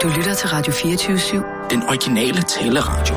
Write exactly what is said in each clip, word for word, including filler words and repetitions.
Du lytter til Radio fireogtyve syv. Den originale taleradio.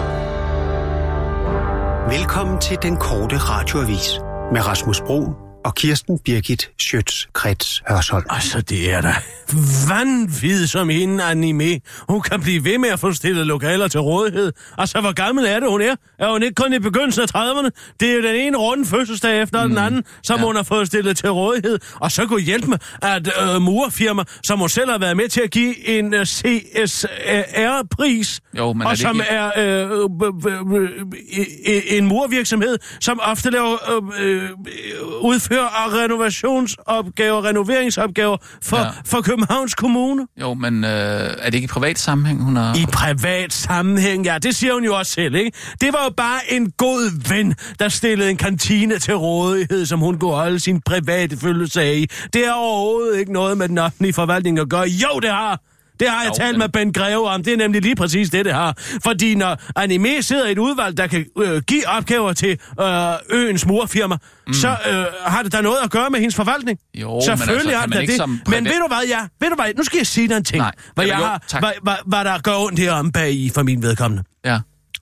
Velkommen til den korte radioavis med Rasmus Broen og Kirsten Birgit Schøtz-Krets Hørsholm. Altså, det er da vanvittigt som hende anime. Hun kan blive ved med at få stillet lokaler til rådighed. Altså, hvor gammel er det, hun er? Er hun ikke kun i begyndelsen af trediverne? Det er jo den ene runde fødselsdag efter mm. den anden, som ja. hun har fået stillet til rådighed. Og så kunne hjælpe med, at øh, murfirma, som hun selv har været med til at give en øh, C S R-pris, jo, men og er som ikke... er øh, øh, øh, øh, en murvirksomhed, som ofte laver øh, øh, udfører og renovationsopgaver, renoveringsopgaver for, ja. for Københavns Kommune. Jo, men øh, er det ikke i privat sammenhæng, hun har... I privat sammenhæng, ja, det siger hun jo også selv, ikke? Det var jo bare en god ven, der stillede en kantine til rådighed, som hun kunne holde sin private følelse af i. Det har overhovedet ikke noget med den offentlige forvaltning at gøre. Jo, det har! Det har jeg jo, talt men... med Ben Greve om. Det er nemlig lige præcis det, det har. Fordi når anime sidder i et udvalg, der kan øh, give opgaver til øh, øens murfirma, mm. så øh, har det da noget at gøre med hendes forvaltning. Jo, selvfølgelig men altså, har det det. Privat... Men ved du hvad, ja, ved du hvad, nu skal jeg sige dig en ting. Nej, hvad, jeg jeg jo, har, hvad, hvad, hvad der gør ondt heromme bag i for min vedkommende. Ja.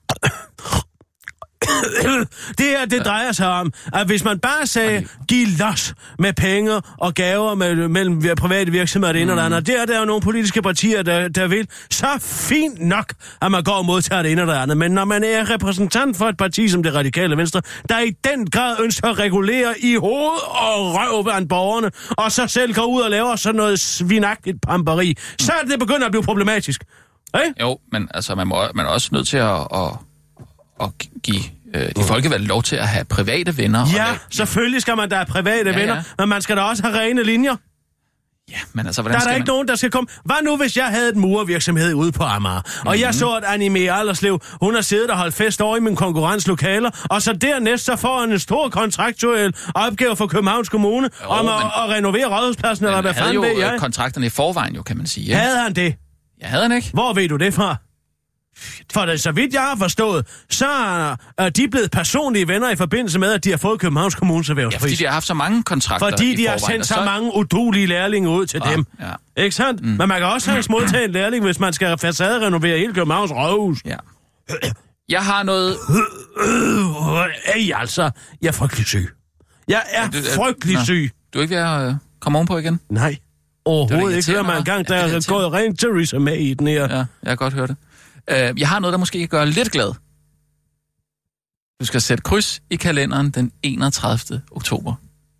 Det her, det drejer sig om, at hvis man bare sagde, giv los med penge og gaver med, mellem private virksomheder og det ene mm. og det andet, det er der jo nogle politiske partier, der, der vil, så fint nok, at man går og modtager det ene og det andet. Men når man er repræsentant for et parti som det Radikale Venstre, der i den grad ønsker at regulere i hoved og røv blandt borgerne, og så selv går ud og laver sådan noget svinagtigt pamperi, mm. så er det begyndt at blive problematisk. Hey? Jo, men altså, man, må, man er også nødt til at... at og give øh, de folkevalgte lov til at have private venner. Ja, og, selvfølgelig skal man da have private ja, venner, ja. men man skal da også have rene linjer. Ja, men altså, hvordan der er skal der ikke man... nogen, der skal komme... Hvad nu, hvis jeg havde et murvirksomhed ude på Amager, mm-hmm. og jeg så, at Anime Alderslev, hun har siddet og holdt fest over i min konkurrenslokaler, og så dernæst så får han en stor kontraktuel opgave for Københavns Kommune jo, om at, men... at renovere rådhuspladsen, eller hvad fanden ved jeg? Han havde jo kontrakterne i forvejen, jo, kan man sige. Ja? Havde han det? Ja, havde han ikke. Hvor ved du det fra? For det, så vidt jeg har forstået, så er de blevet personlige venner i forbindelse med, at de har fået Københavns Kommunes erhvervspris. Ja, fordi de har haft så mange kontrakter Fordi i de har forvejen, sendt så så mange udulige lærlinge ud til ja, dem. Ja. Ikke sandt? Mm. Men man kan også have modtaget en lærling, hvis man skal facade-renovere hele Københavns rådhus. Ja. Jeg har noget... Ej, altså, jeg er frygtelig syg. Jeg er ja, du, frygtelig Nå. syg. Du er ikke ved at uh, komme ovenpå igen? Nej, overhovedet ikke. Hører man en gang, der ja, er gået rent Theresa med i den her. Ja, jeg kan godt høre det. Uh, jeg har noget, der måske kan gøre lidt glad. Du skal sætte kryds i kalenderen den enogtredivte oktober.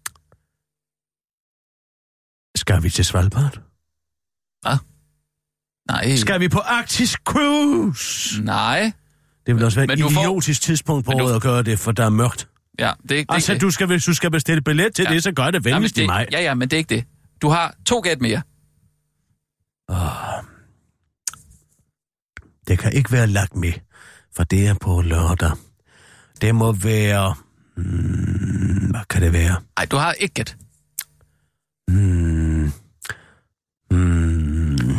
Skal vi til Svalbard? Hvad? Nej. Skal vi på Arktisk Cruise? Nej. Det vil også være men et idiotisk får... tidspunkt på året du... at gøre det, for der er mørkt. Ja, det er ikke altså, det. Du skal, hvis du skal bestille billet til ja. det, så gør det venligst i mig. Ja, ja, men det er ikke det. Du har to gæt mere. Oh. Det kan ikke være lagt med, for det er på lørdag. Det må være... Hmm, hvad kan det være? Nej, du har ikke gæt. Hmm. Hmm.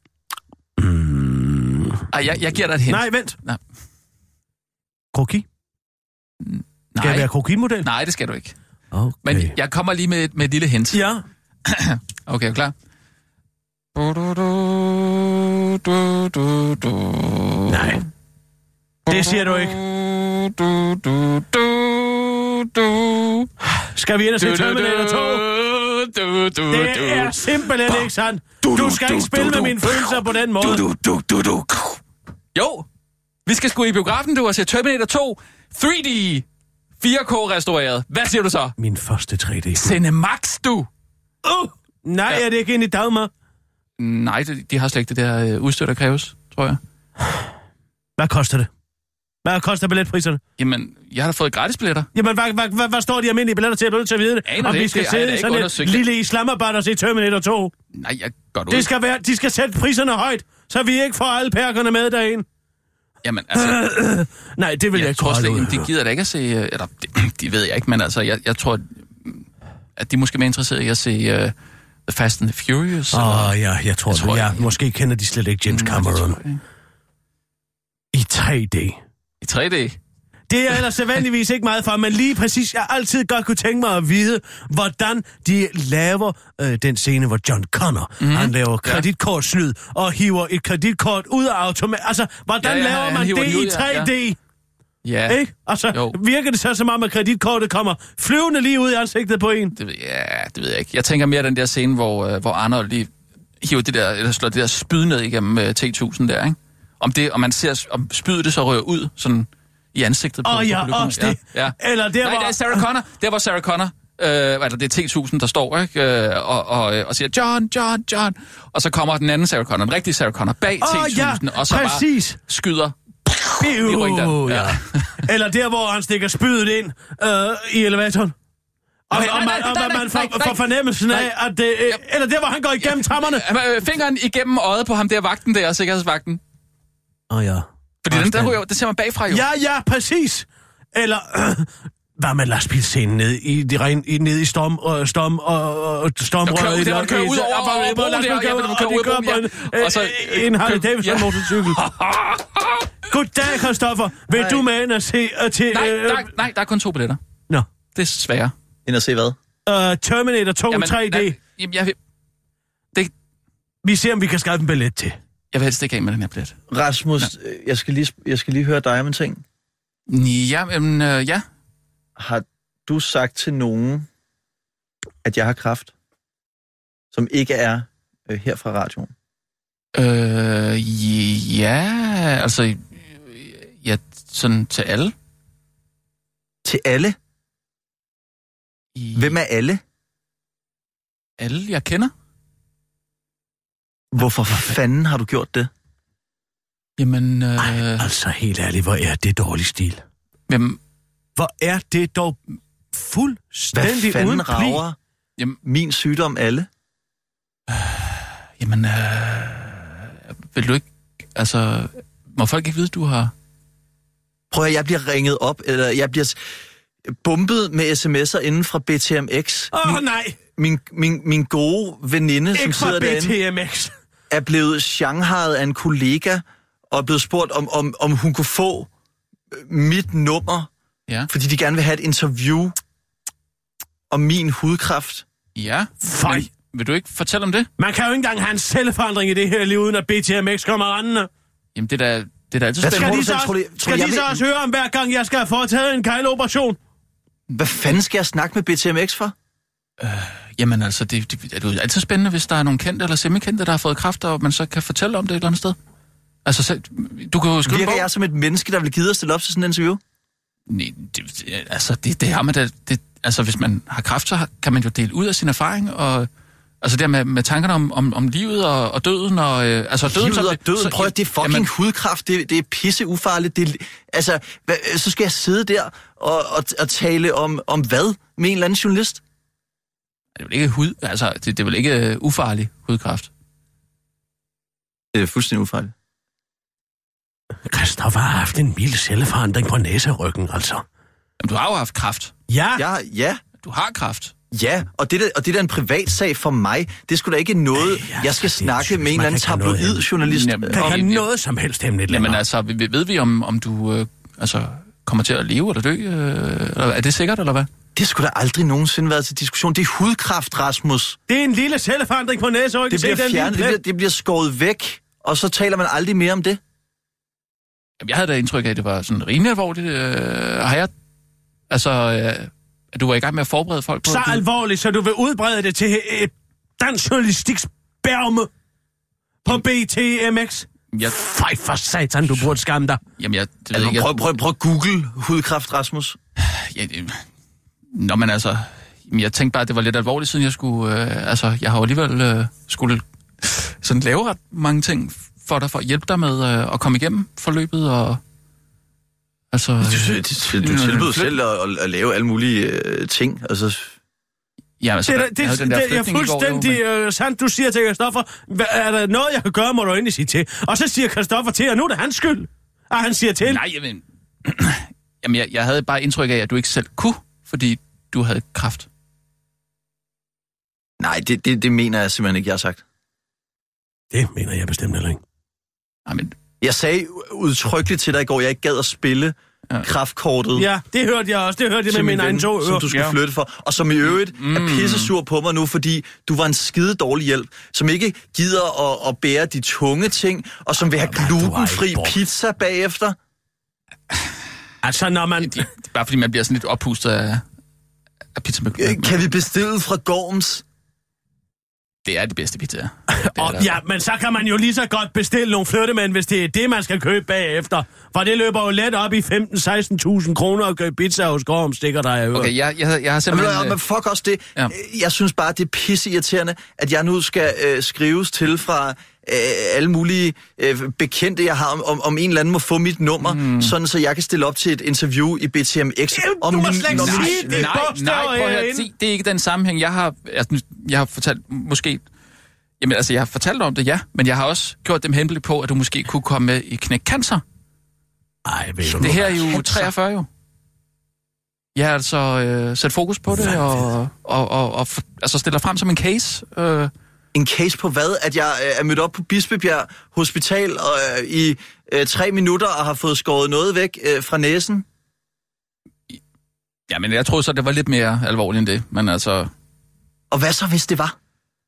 Hmm. Ej, jeg, jeg giver dig et hint. Nej, vent. Nej. Kroki? Nej. Skal jeg være krokimodel? Nej, det skal du ikke. Okay. Men jeg kommer lige med, med et lille hint. Ja. Okay, er du klar? Du, du, du, du, du, du. Nej. Det siger du ikke. Du, du, du, du. Skal vi ind og se Terminator to? Du, du, det er simpelthen ikke sandt. Du skal ikke spille med mine følelser på den måde. Du, du, du, du. Jo, vi skal sgu i biografen, du, og se Terminator to tre D fire K-restaureret. Hvad siger du så? Min første tre D. Cinemax, du. Uh, nej, ja. Er det ikke inde i Dagmar? Nej, de har slet ikke det der udstyr, der kræves, tror jeg. Hvad koster det? Hvad koster billetpriserne? Jamen, jeg har da fået gratis billetter. Jamen, hvad, hvad, hvad, hvad står de almindelige billetter til? Er du nødt til at vide det? Aner om det vi skal ikke, sidde i sådan et lille Islamabad og se Terminator to? Nej, jeg går ud. Det skal være, de skal sætte priserne højt, så vi ikke får alle perkerne med derinde. Jamen, altså... Nej, det vil jeg, jeg ikke tror slet ikke, de gider da ikke at se... Eller, de, de ved jeg ikke, men altså, jeg, jeg tror, at de er måske mere interesserede i at se uh, The Fast and the Furious. Åh, oh, ja, jeg tror, jeg tror det. Ja, jeg, måske kender de slet ikke James Cameron. Mm, I tre D. I tre D? Det er jeg ellers sædvanligvis ikke meget for, men lige præcis, jeg altid godt kunne tænke mig at vide, hvordan de laver øh, den scene, hvor John Connor, mm. han laver kreditkortsnyd og hiver et kreditkort ud af automat. Altså, hvordan ja, ja, laver man det i tre D? Ja. Ja. Ikke? Altså, jo. Virker det så som om, at kreditkortet kommer flyvende lige ud i ansigtet på en? Det ved, ja, det ved jeg ikke. Jeg tænker mere den der scene, hvor, øh, hvor Arnold lige hiver det der, eller slår det der spyd ned igennem øh, T tusind der, ikke? Om, det, om man ser, om spydet det så rører ud, sådan i ansigtet på... Åh oh, ja, også det. Ja, ja. Eller der Nej, var... det er Sarah Connor. Der var Sarah Connor. Øh, hvad det er T tusind, der står, ikke? Øh, og, og, og siger, John, John, John. Og så kommer den anden Sarah Connor, den rigtige Sarah Connor, bag oh, T tusind, ja, og så præcis. Bare skyder... Biu, ja. Eller der, hvor han stikker spydet ind øh, i elevatoren. Og, okay, og, man, og man, man får, får fornemmelsen af, at det... Øh, eller der, hvor han går igennem trapperne. Fingeren igennem øjet på ham der vagten der, sikkerhedsvagten. Åh oh, ja. Fordi den der ryger, det ser man bagfra jo. Ja, ja, præcis. Eller... Øh, hvad med lastbilscenen ned i, de ren, i, ned i storm, og storm, og, og stormrøret. Det var kører ud over broen der, ja, det var kører ud over broen, og så en Harley Davidson motorcykel. Goddag, Christoffer. Vil du med ind og se til... Nej, der er kun to billetter. Nå. Det er svære. Ind og se hvad? Terminator to tre D. Jamen, jeg vil... Det... Vi ser, om vi kan skaffe en billet til. Jeg vil helst ikke af med den her billet. Rasmus, ja. jeg, skal lige, jeg skal lige høre dig om en ting. Ja, men øh, ja. Har du sagt til nogen, at jeg har kræft, som ikke er øh, her fra radioen? Øh, ja, altså, ja, sådan til alle. Til alle? I... Hvem er alle? Alle, jeg kender. Hvorfor fanden har du gjort det? Jamen, øh... Ej, altså helt ærligt, hvor er det dårlig stil? Jamen... Hvor er det dog fuldstændig Hvad fanden uden pli? rager jamen, min sygdom alle? Øh, jamen, øh, vil du ikke... Altså, må folk ikke vide, du har... Prøv at jeg bliver ringet op, eller jeg bliver bumpet med sms'er inden fra B T M X. Åh, oh, nej! Min, min, min gode veninde, ikke som sidder derinde... Ikke fra B T M X. Er blevet shanghajet af en kollega, og er blevet spurgt, om, om, om hun kunne få mit nummer, ja. Fordi de gerne vil have et interview om min hudkræft. Ja, fej. Vil du ikke fortælle om det? Man kan jo ikke engang have en celleforandring i det her liv, uden at B T M X kommer rendende. Jamen, det er da, det er da altid spændende. Skal de så, tror, også, tror, skal de så også høre om, hver gang jeg skal have foretaget en kejleoperation? Hvad fanden skal jeg snakke med B T M X for? Øh, jamen altså, det, det, det er jo altid spændende, hvis der er nogle kendte eller semikendte, der har fået kræft, og man så kan fortælle om det et eller andet sted. Altså, så, du kan jo skrive Virker jeg som et menneske, der vil give at stille op til sådan en interview? Nej, det, altså, det, det har man da... Det, altså, hvis man har kræft, så kan man jo dele ud af sin erfaring, og... Altså, der med, med tankerne om, om, om livet og, og døden, og... Øh, altså, døden, livet og døden, så, prøv at det er fucking jamen, hudkræft, det, det er pisse ufarligt. Det, altså, hvad, så skal jeg sidde der og, og, og tale om, om hvad med en eller anden journalist? Det er vel ikke hud... Altså, det, det er vel ikke uh, ufarlig hudkræft? Det er fuldstændig ufarligt. Christoffer har haft en mild celleforandring på næseryggen, altså. Jamen, du har jo haft kræft. Ja. Ja, ja. Du har kræft. Ja, og det, der, og det der er en privat sag for mig. Det skulle da ikke noget, Ej, jeg skal snakke med en eller anden tabloid-journalist. Der kan noget som helst hemmeligt længere. Jamen altså, ved vi om, om du øh, altså, kommer til at leve eller dø? Øh, eller, er det sikkert, eller hvad? Det skulle da aldrig nogensinde været til diskussion. Det er hudkræft, Rasmus. Det er en lille celleforandring på næseryggen. Det bliver fjernet, det bliver, det bliver skåret væk, og så taler man aldrig mere om det. Jamen, jeg havde da indtryk af, at det var sådan rimelig alvorligt. Øh, har jeg... Altså... Øh, at du var i gang med at forberede folk på... Så det. alvorligt, så du vil udbrede det til et dansk journalistiksbærme på B T M X? Jeg... Fej for satan, du burde skamme dig. Jamen, jeg... Det altså, ikke, prøv, prøv, prøv at google hudkræft, Rasmus. Ja, det... Nå, men altså... Jeg tænkte bare, at det var lidt alvorligt, siden jeg skulle... Øh, altså, jeg har jo alligevel øh, skulle sådan lave ret mange ting for dig, for at hjælpe dig med øh, at komme igennem forløbet, og... Altså, du, du, du tilbyder selv at, at lave alle mulige øh, ting, altså... Ja, altså, det, det, det, det er fuldstændig går, men... sandt, du siger til Christoffer, er der noget, jeg kan gøre, må du endelig sige til. Og så siger Christoffer til, og nu er det hans skyld, og han siger til. Nej, jamen, jamen jeg, jeg havde bare indtryk af, at du ikke selv kunne, fordi du havde kræft. Nej, det, det, det mener jeg simpelthen ikke, jeg har sagt. Det mener jeg bestemt heller ikke. Jamen... Jeg sagde udtrykkeligt til dig i går, jeg ikke gad at spille ja. kraftkortet. Ja, det hørte jeg også. Det hørte jeg med mine egne to ører. Som du skulle ja. flytte for. Og som i øvrigt mm. er pissesur på mig nu, fordi du var en skide dårlig hjælp. Som ikke gider at, at bære de tunge ting, og som vil have glutenfri pizza bagefter. Altså, når man... Det, det er bare fordi, man bliver sådan lidt oppustet af, af pizza med gluten. Kan vi bestille fra Gorms? Det er det bedste pizza. Og, ja, men så kan man jo lige så godt bestille nogle flyttemænd, hvis det er det, man skal købe bagefter. For det løber jo let op i femten til seksten tusind kroner at købe pizza hos Gorm, stikker der i øvrigt. Okay, jeg, jeg, jeg har simpelthen... Men, men fuck også det. Ja. Jeg synes bare, det er pisseirriterende, at jeg nu skal øh, skrives til fra øh, alle mulige øh, bekendte, jeg har, om, om en eller anden må få mit nummer, mm. sådan så jeg kan stille op til et interview i B T M X. Jamen, om du må min, slet ikke sige det. Nej, nej, prøv at høre, se, det er ikke den sammenhæng. Jeg har, altså, jeg har fortalt, måske... Jamen, altså, jeg har fortalt om det, ja, men jeg har også gjort dem henblik på, at du måske kunne komme med i Knæk Cancer. Ej, ved du det her er jo treogfyrre, jo. Jeg har altså øh, sat fokus på det, og, og, og, og, og altså stiller frem som en case. Øh. En case på hvad? At jeg øh, er mødt op på Bispebjerg Hospital og, øh, i øh, tre minutter og har fået skåret noget væk øh, fra næsen? Jamen, jeg troede så, det var lidt mere alvorligt end det, men altså... Og hvad så, hvis det var?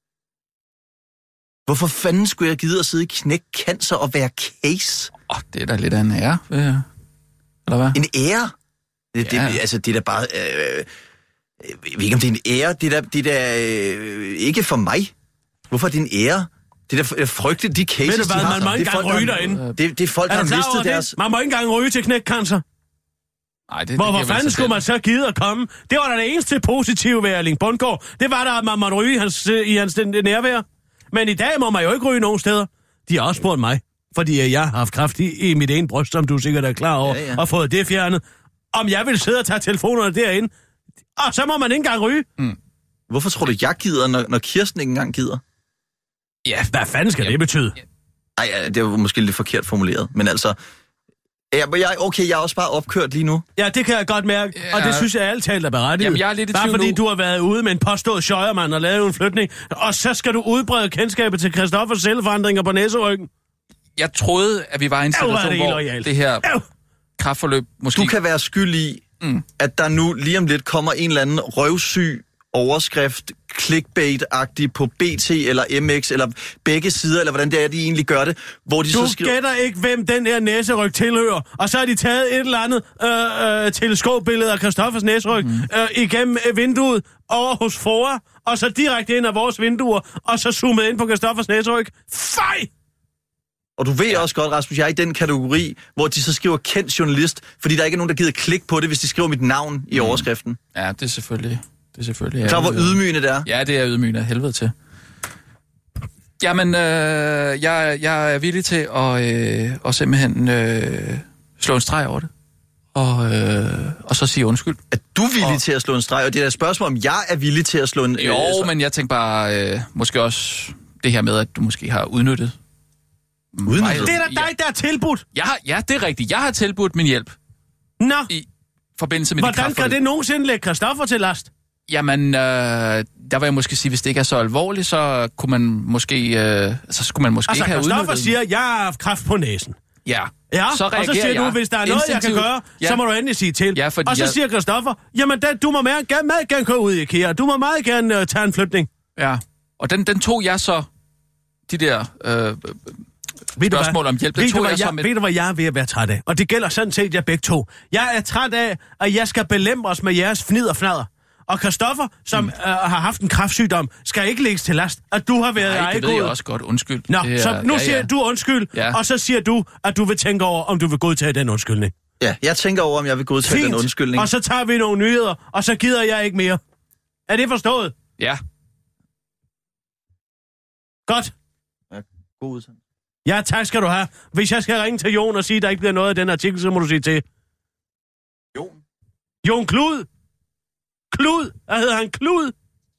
Hvorfor fanden skulle jeg gide at sidde i Knæk Cancer og være case? Åh, oh, det er da lidt af en ære. Eller hvad? En ære? Det, ja. det, altså, det er da bare... Øh, jeg ved ikke, om det er en ære. Det er da, det er da øh, ikke for mig. Hvorfor er det en ære? Det er da frygteligt, de cases, ved du hvad, de har. Man må ikke engang ryge derinde. Det, det er folk, der har mistet deres... Man må ikke engang ryge til Knæk Cancer. Ej, det, Hvor, det hvor fanden skulle man så gide at komme? Det var da det eneste positive ved Erling Bundgaard. Det var da, at man måtte ryge i hans, i hans nærvær. Men i dag må man jo ikke ryge nogen steder. De har også spurgt mig, fordi jeg har haft kræft i, i mit ene bryst, som du sikkert er klar over, ja, ja. og fået det fjernet. Om jeg vil sidde og tage telefonerne derinde. Og så må man ikke engang ryge. Mm. Hvorfor tror du, jeg gider, når, når Kirsten ikke engang gider? Ja, hvad fanden skal ja. det betyde? Nej, ja, det var måske lidt forkert formuleret, men altså... Ja, jeg, okay, jeg er også bare opkørt lige nu. Ja, det kan jeg godt mærke, ja. og det synes jeg alt talt er berettiget. Jamen, jeg er lidt i bare fordi nu. du har været ude med en påstået schøjermand og lavet en flytning, og så skal du udbrede kendskabet til Christoffers celleforandringer på næseryggen. Jeg troede, at vi var i en situation, hvor det, det her Æv. kræftforløb måske... Du kan være skyld i, mm. at der nu lige om lidt kommer en eller anden røvsyg overskrift, clickbait-agtig på B T eller M X, eller begge sider, eller hvordan det er, de egentlig gør det, hvor de du så skriver... Du gætter ikke, hvem den her næseryg tilhører, og så har de taget et eller andet øh, øh, teleskopbillede af Christoffers næseryg mm. øh, igennem vinduet over hos Fora, og så direkte ind af vores vinduer, og så zoomet ind på Christoffers næseryg. Fej! Og du ved ja. også godt, Rasmus, jeg er i den kategori, hvor de så skriver kendt journalist, fordi der ikke er nogen, der gider klikke på det, hvis de skriver mit navn i mm. overskriften. Ja, det er selvfølgelig... Det er selvfølgelig... Klar, hvor ydmygende det er? Ja, det er ydmygende af helvede til. Jamen, øh, jeg, jeg er villig til at, øh, at simpelthen øh, slå en streg over det. Og, øh, og så sige undskyld. Er du villig og... til at slå en streg? Og det er et spørgsmål, om jeg er villig til at slå en... Jo, øh, men jeg tænker bare øh, måske også det her med, at du måske har udnyttet. Udnyttet? Det er da dig, der er tilbudt. Jeg har, ja, det er rigtigt. Jeg har tilbudt min hjælp. Nå. I forbindelse med Hvordan de kan det nogensinde lægge Christoffer til last? Jamen, øh, der vil jeg måske sige, hvis det ikke er så alvorligt, så kunne man måske, øh, så skulle man måske altså, ikke have udnyttet. Altså, Christoffer siger, jeg har haft kræft på næsen. Ja. Ja, så og så siger jeg du, hvis der er noget, jeg kan gøre, ja. så må du endelig sige til. Ja, og så jeg... siger Christoffer, jamen da, du må meget gerne, meget gerne køre ud i IKEA. Du må meget gerne uh, tage en flytning. Ja, og den, den tog jeg så, de der øh, spørgsmål om hjælp, den tog jeg, jeg så med... Ved du, hvad jeg er ved at være træt af? Og det gælder sådan set jer begge to. Jeg er træt af, at jeg skal belemres med jeres fnid og fnader. Og Christoffer, som mm. øh, har haft en kræftsygdom, skal ikke lægges til last, at du har været ejegod. Nej, det ved jeg også godt. Undskyld. Nå, er, så nu ja, siger ja. du undskyld, ja. og så siger du, at du vil tænke over, om du vil godtage den undskyldning. Ja, jeg tænker over, om jeg vil godtage Fint. den undskyldning. Og så tager vi nogle nyheder, og så gider jeg ikke mere. Er det forstået? Ja. Godt. Ja, god udsendelse. Ja, tak skal du have. Hvis jeg skal ringe til Jon og sige, at der ikke bliver noget af den artikel, så må du sige til. Jon? Jon Klud? Klud? Hvad hedder han? Klud?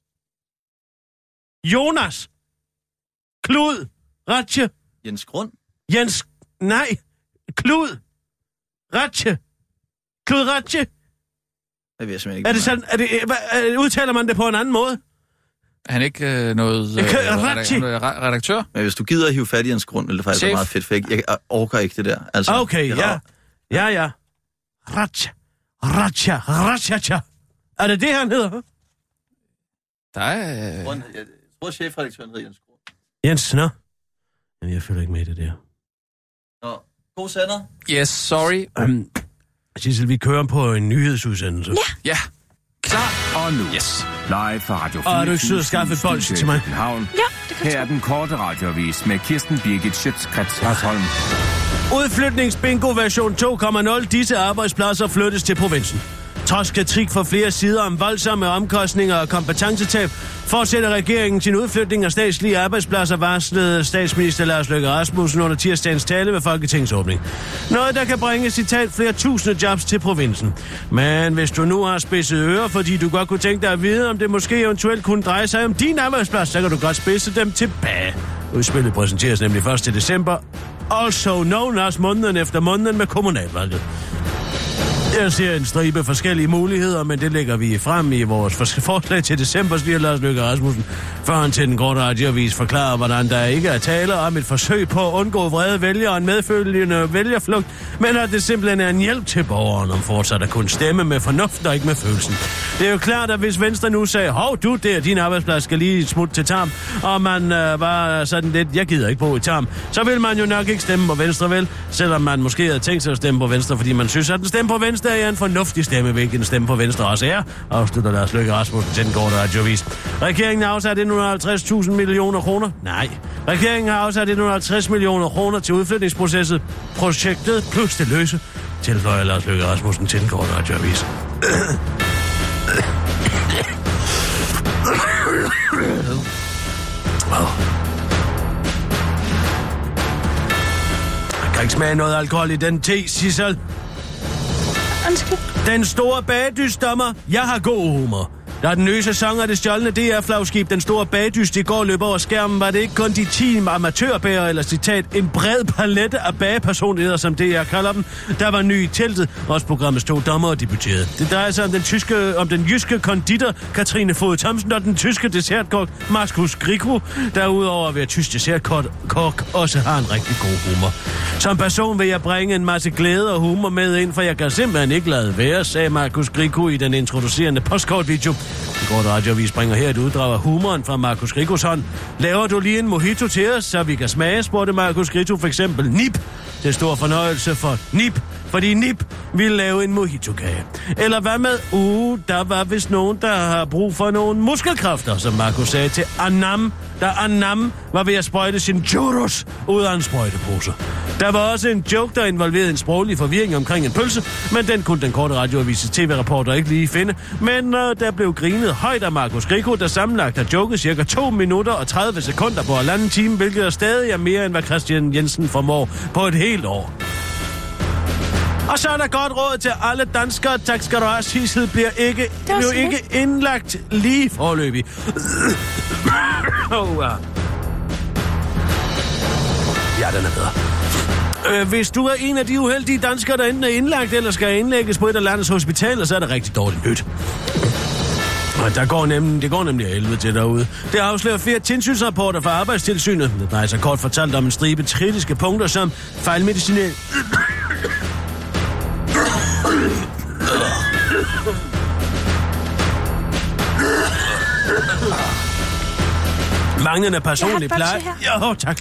Jonas? Klud? Ratche? Jens Grund? Jens... Nej. Klud? Ratche? Klud Ratche? Det ved jeg simpelthen ikke. Er det sådan... Er det, hvad, udtaler man det på en anden måde? Er han ikke øh, noget øh, redak- redaktør? Men hvis du gider at hive fat i Jens Grund, eller det faktisk er meget fedt, for jeg, jeg orker ikke det der. Altså, okay, det ja. Ja, ja. Ratcha. Ratcha. Ratcha. Er det det, han hedder? Der er... Jeg tror, chefredaktøren hedder Jens Kort. Jens, nå? Jamen, jeg følger ikke med i det der. Nå, god sender. Yes, sorry. Um, Sissel, vi kører på en nyhedsudsendelse. Ja. Ja. Klar. Og nu, Yes. live fra Radio Og er du ikke sød at skaffe et bolsje til mig? København. Ja, det kan Her er den korte radioavis med Kirsten Birgit Schøtz-Krets Hørsholm. Udflytningsbingo version to punkt nul. Disse arbejdspladser flyttes til provinsen. Trods kritik fra flere sider om voldsomme omkostninger og kompetencetab, fortsætter regeringen sin udflytning af statslige arbejdspladser, varslede statsminister Lars Løkke Rasmussen under tirsdagens tale ved Folketingets åbning. Noget, der kan bringe, citat, flere tusinde jobs til provinsen. Men hvis du nu har spidset ører, fordi du godt kunne tænke dig at vide, om det måske eventuelt kunne dreje sig om din arbejdsplads, så kan du godt spidse dem tilbage. Udspillet præsenteres nemlig først til december, also known as måneden efter måneden med kommunalvalget. Jeg ser en stribe forskellige muligheder, men det lægger vi frem i vores forslag til december, siger Lars Løkke Rasmussen, før han til den korte radioavis forklarer, hvordan der ikke er tale om et forsøg på at undgå vrede vælgere og en medfølgende vælgerflugt, men at det simpelthen er en hjælp til borgeren om fortsat at kunne stemme med fornuft og ikke med følelsen. Det er jo klart, at hvis Venstre nu sagde, hov du, der din arbejdsplads skal lige smutte til Tarm, og man øh, var sådan lidt, jeg gider ikke bo i Tarm, så vil man jo nok ikke stemme på Venstre, vel? Selvom man måske havde tænkt sig at stemme på Venstre, fordi man synes, at den stemme på Venstre er en fornuftig stemme, hvilken stemme på Venstre også er, afslutter Lars Løkke Rasmussen til den korte radioavis. Regeringen har afsat et hundrede og halvtreds tusind millioner kroner. Nej. Regeringen har afsat et hundrede og halvtreds millioner kroner til udflytningsprocesset. Projektet plus det løse, tilføjer Lars Løkke Rasmussen til den korte radioavis. Jeg kan ikke smage noget alkohol i den te, Sissel. Den store bagdysdommer, jeg har god humor. Da den nye sæson af det stjålne D R-flagskib Den Store Bagdyst i går løb over skærmen, var det ikke kun de ti amatørbærer, eller citat, en bred palette af bagepersonligheder, som D R kalder dem, der var ny i teltet, også programmets to dommere debuterede. Det drejer sig om den, tyske, om den jyske konditor Katrine Foged Thomsen og den tyske dessertkok Markus Grieco, der udover at være tysk dessertkok også har en rigtig god humor. Som person vil jeg bringe en masse glæde og humor med ind, for jeg kan simpelthen ikke lade være, sagde Markus Grieco i den introducerende postkortvideo. Den korte radioavis bringer her et uddrag af humoren fra Markus Griecos hånd. Laver du lige en mojito til os, så vi kan smage, spurgte Markus Grieco for eksempel Nip. Det er stor fornøjelse for Nip, fordi Nip ville lave en mojito-kage. Eller hvad med, uh, der var vist nogen, der har brug for nogle muskelkræfter, som Markus sagde til Anam, da Anam var ved at sprøjte sin churros ud af en sprøjtepose. Der var også en joke, der involverede en sproglig forvirring omkring en pølse, men den kunne den korte radioavis tv-reporter ikke lige finde. Men uh, der blev grinet højt af Markus Grieco, der sammenlagt har joket cirka to minutter og tredive sekunder på halvanden time, hvilket er stadig er mere end hvad Christian Jensen formår på et helt år. Og så er der godt råd til alle danskere. Tak skal du have. Sissel bliver ikke, bliver ikke indlagt lige forløbig. oh, uh. Ja, den er bedre. Øh, hvis du er en af de uheldige danskere, der enten er indlagt eller skal indlægges på et af landets hospitaler, så er det rigtig dårligt nyt. Og der går nemlig, det går nemlig af helvede til derude. Det afslører flere tilsynsrapporter fra Arbejdstilsynet. Det drejer sig kort fortalt om en stribe kritiske punkter som fejlmedicinering. Manglende personlig pleje. Jo, tak.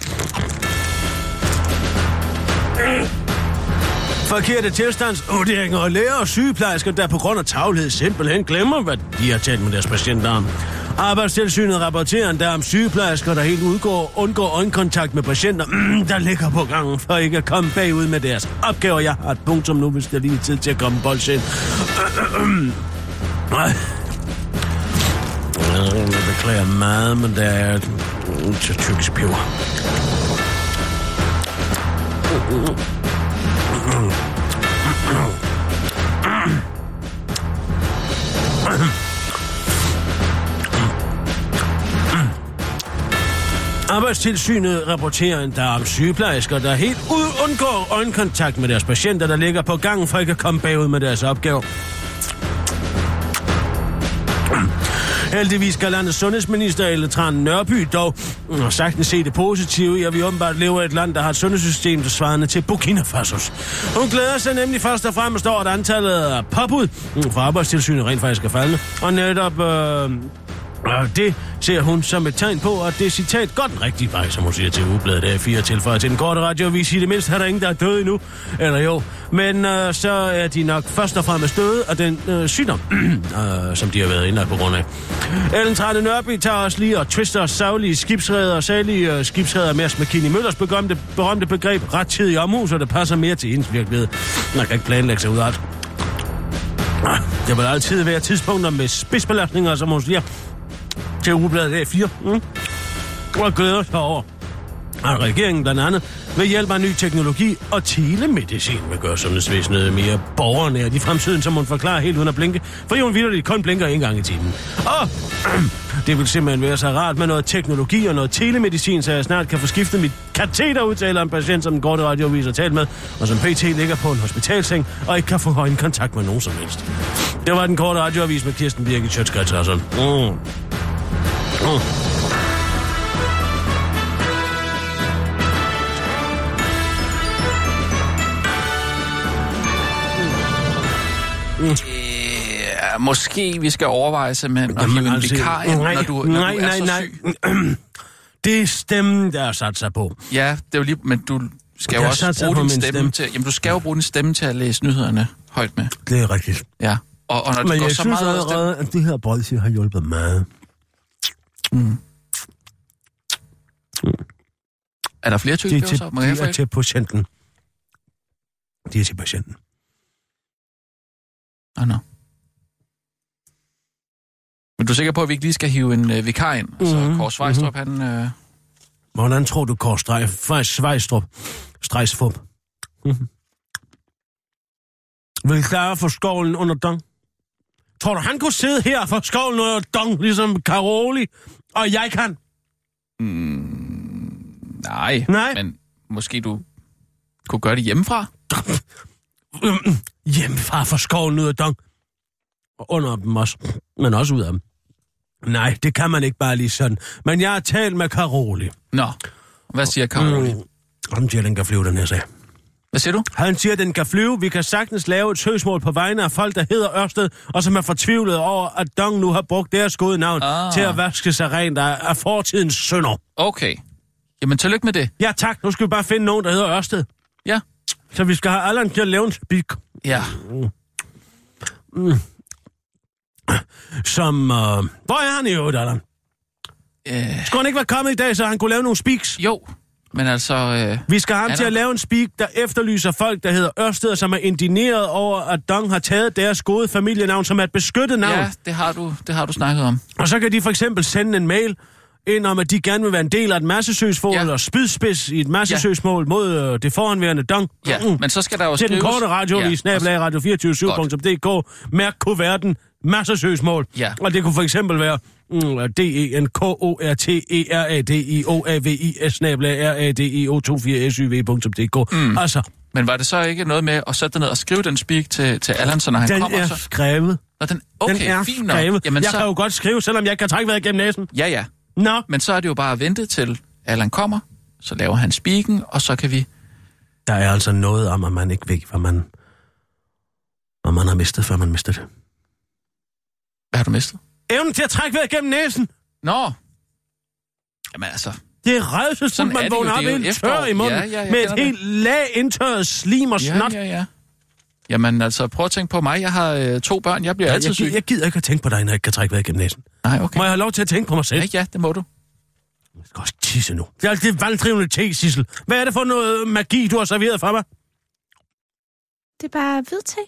Forkerte tilstandsvurderinger og læger og sygeplejersker, der på grund af travlhed simpelthen glemmer, hvad de har talt med deres patienter om. Arbejdstilsynet rapporterer endda om sygeplejersker, der helt udgår, undgår øjenkontakt med patienter, mm, der ligger på gangen, for ikke at komme bagud med deres opgaver. Jeg har et punktum nu, hvis der lige er tid til at komme bolds ind. Jeg beklager meget, men der er et så tykkes peber. Arbejdstilsynet rapporterer endda om sygeplejersker, der helt undgår øjenkontakt med deres patienter, der ligger på gangen for ikke at komme bagud med deres opgaver. Heldigvis skal landets sundhedsminister Ellen Trane Nørby dog og sagtens se det positive i, at vi åbenbart lever i et land, der har et sundhedssystem, der svarende til Burkina Fasos. Hun glæder sig nemlig først og fremmest over, at antallet af påbud fra Arbejdstilsynet rent faktisk er faldende, og netop... Øh, Og det ser hun som et tegn på, at det er citat godt den rigtige vej, som hun siger til Ugebladet A fire tilføjer til den korte radioavis. I det mindste er der ingen, der er døde endnu. Eller jo. Men øh, så er de nok først og fremmest døde af den øh, sygdom, øh, som de har været indlagt på grund af. Ellen Trane Nørby tager os lige og twister savlige skibsredder og særlige øh, skibsredder Mærsk Mc-Kinney Møllers berømte, berømte begreb rettidig omhu, så det passer mere til hendes virkelighed. Man kan ikke planlægge sig ud af det. Det vil altid være tidspunkter med spidsbelastninger, som hun siger, til Ugebladet A fire. Mm. Og glæder sig over, at regeringen blandt andet ved hjælp af ny teknologi og telemedicin vil gøre sundhedsvæsenet mere borgernært i fremtiden, som hun forklarer helt uden at blinke, fordi hun vitterligt kun blinker en gang i timen. Og det vil simpelthen være så rart med noget teknologi og noget telemedicin, så jeg snart kan få skiftet mit kateter, udtaler en patient, som den korte radioavis har talt med, og som pt. ligger på en hospitalseng og ikke kan få højden kontakt med nogen som helst. Det var den korte radioavis med Kirsten Birgit Schøtz-Krets Hørsholm. Mm. Mm. Mm. Øh, måske vi skal overveje simpelthen at hive en vikar ind, nej, når du, når nej, du er nej, så nej. syg. Det er stemmen, der er sat sig på. Ja, det er jo lige, men du skal jo Jeg også satser bruge på din min stemme, stemme. til... Jamen, du skal jo bruge din stemme til at læse nyhederne højt med. Det er rigtigt. Ja, og, og når Men det går jeg så synes meget... allerede, at det her bolsje har hjulpet meget. Mm. Mm. Er der flere Det er tykker til, så? Må jeg de få er et? til patienten. De er til patienten. Åh, oh, no. Men du er sikker på, at vi ikke lige skal hive en uh, vikar ind? Altså, Mhm, Kåre Svejstrup, han... Uh... Hvordan tror du, Kåre Strejf, Svejstrup, Strejsfup? Mm-hmm. Vil klare for skovlen under dong? Tror du, han kunne sidde her for skovlen under dong, ligesom Karoli, og jeg kan? Mm, nej, Nej, men måske du kunne gøre det hjemmefra? hjemmefra for skovlen ud af dong. Og under dem også, men også ud af dem. Nej, det kan man ikke bare lige sådan. Men jeg har talt med Karoli. Nå, hvad siger Karoli? Mm, han siger, den kan flyve, den her sag. Hvad siger du? Han siger, den kan flyve. Vi kan sagtens lave et søgsmål på vegne af folk, der hedder Ørsted, og som er fortvivlet over, at Dong nu har brugt deres gode navn ah. til at vaske sig rent af, af fortidens synder. Okay. Jamen, tillykke med det. Ja tak, nu skal vi bare finde nogen, der hedder Ørsted. Ja. Så vi skal have Allan til at lave en speak. Ja. Mm. Som, øh... hvor er han i øvrigt, Allan? Øh... Skulle han ikke være kommet i dag, så han kunne lave nogle speaks? Jo, men altså... Øh... Vi skal have ham Han til er- at lave en speak, der efterlyser folk, der hedder Ørsted, som er indigneret over, at Dong har taget deres gode familienavn, som er et beskyttet navn. Ja, det har du, det har du snakket om. Og så kan de for eksempel sende en mail ind om, at de gerne vil være en del af et massesøgsmål, Ja. eller spydspids i et massesøgsmål mod øh, det foranværende Dong. Ja, Mm. men så skal der jo Til den skrives... korte radioavis, Ja, snabel-a radio to fire syv punktum d k, mærk kuverten massesøgsmål. Ja. Og det kunne for eksempel være mm, D E N K O R T E R A D I O A V I S snabel-a R A D I O to fire S Y V punktum d k. Mm. Altså, Men var det så ikke noget med at sætte dig ned og skrive den speak til, til Allan, så når han den kommer er så... skrevet. Nå, den, okay, den er fint nok. skrevet. Jamen, jeg så... kan jo godt skrive, selvom jeg ikke kan trække vejret gennem næsen. Ja, ja. Nå. Men så er det jo bare at vente til Allan kommer, så laver han speaken, og så kan vi... Der er altså noget om, at man ikke ved, hvad man, hvad man har mistet, før man mister det. Hvad har du mistet? Evnen til at trække vejret gennem næsen. Nå. Jamen altså... Det er rædselsfuldt, Sådan er man det jo. vågner op Det er jo helt efterår. tør i munden, Ja, ja, jeg med et kender helt lag indtørret slim og Ja, snot. ja, ja. Jamen altså, prøv at tænke på mig. Jeg har øh, to børn. Jeg bliver Ja, altid jeg, syg. gi- jeg gider ikke at tænke på dig, når jeg ikke kan trække vejret gennem næsen. Nej, okay. Må jeg have lov til at tænke på mig selv? Ja, ja, det må du. Jeg skal også tisse nu. Det er alt det valgdrivende te, Sissel. Hvad er det for noget magi, du har serveret for mig? Det er bare hvid te.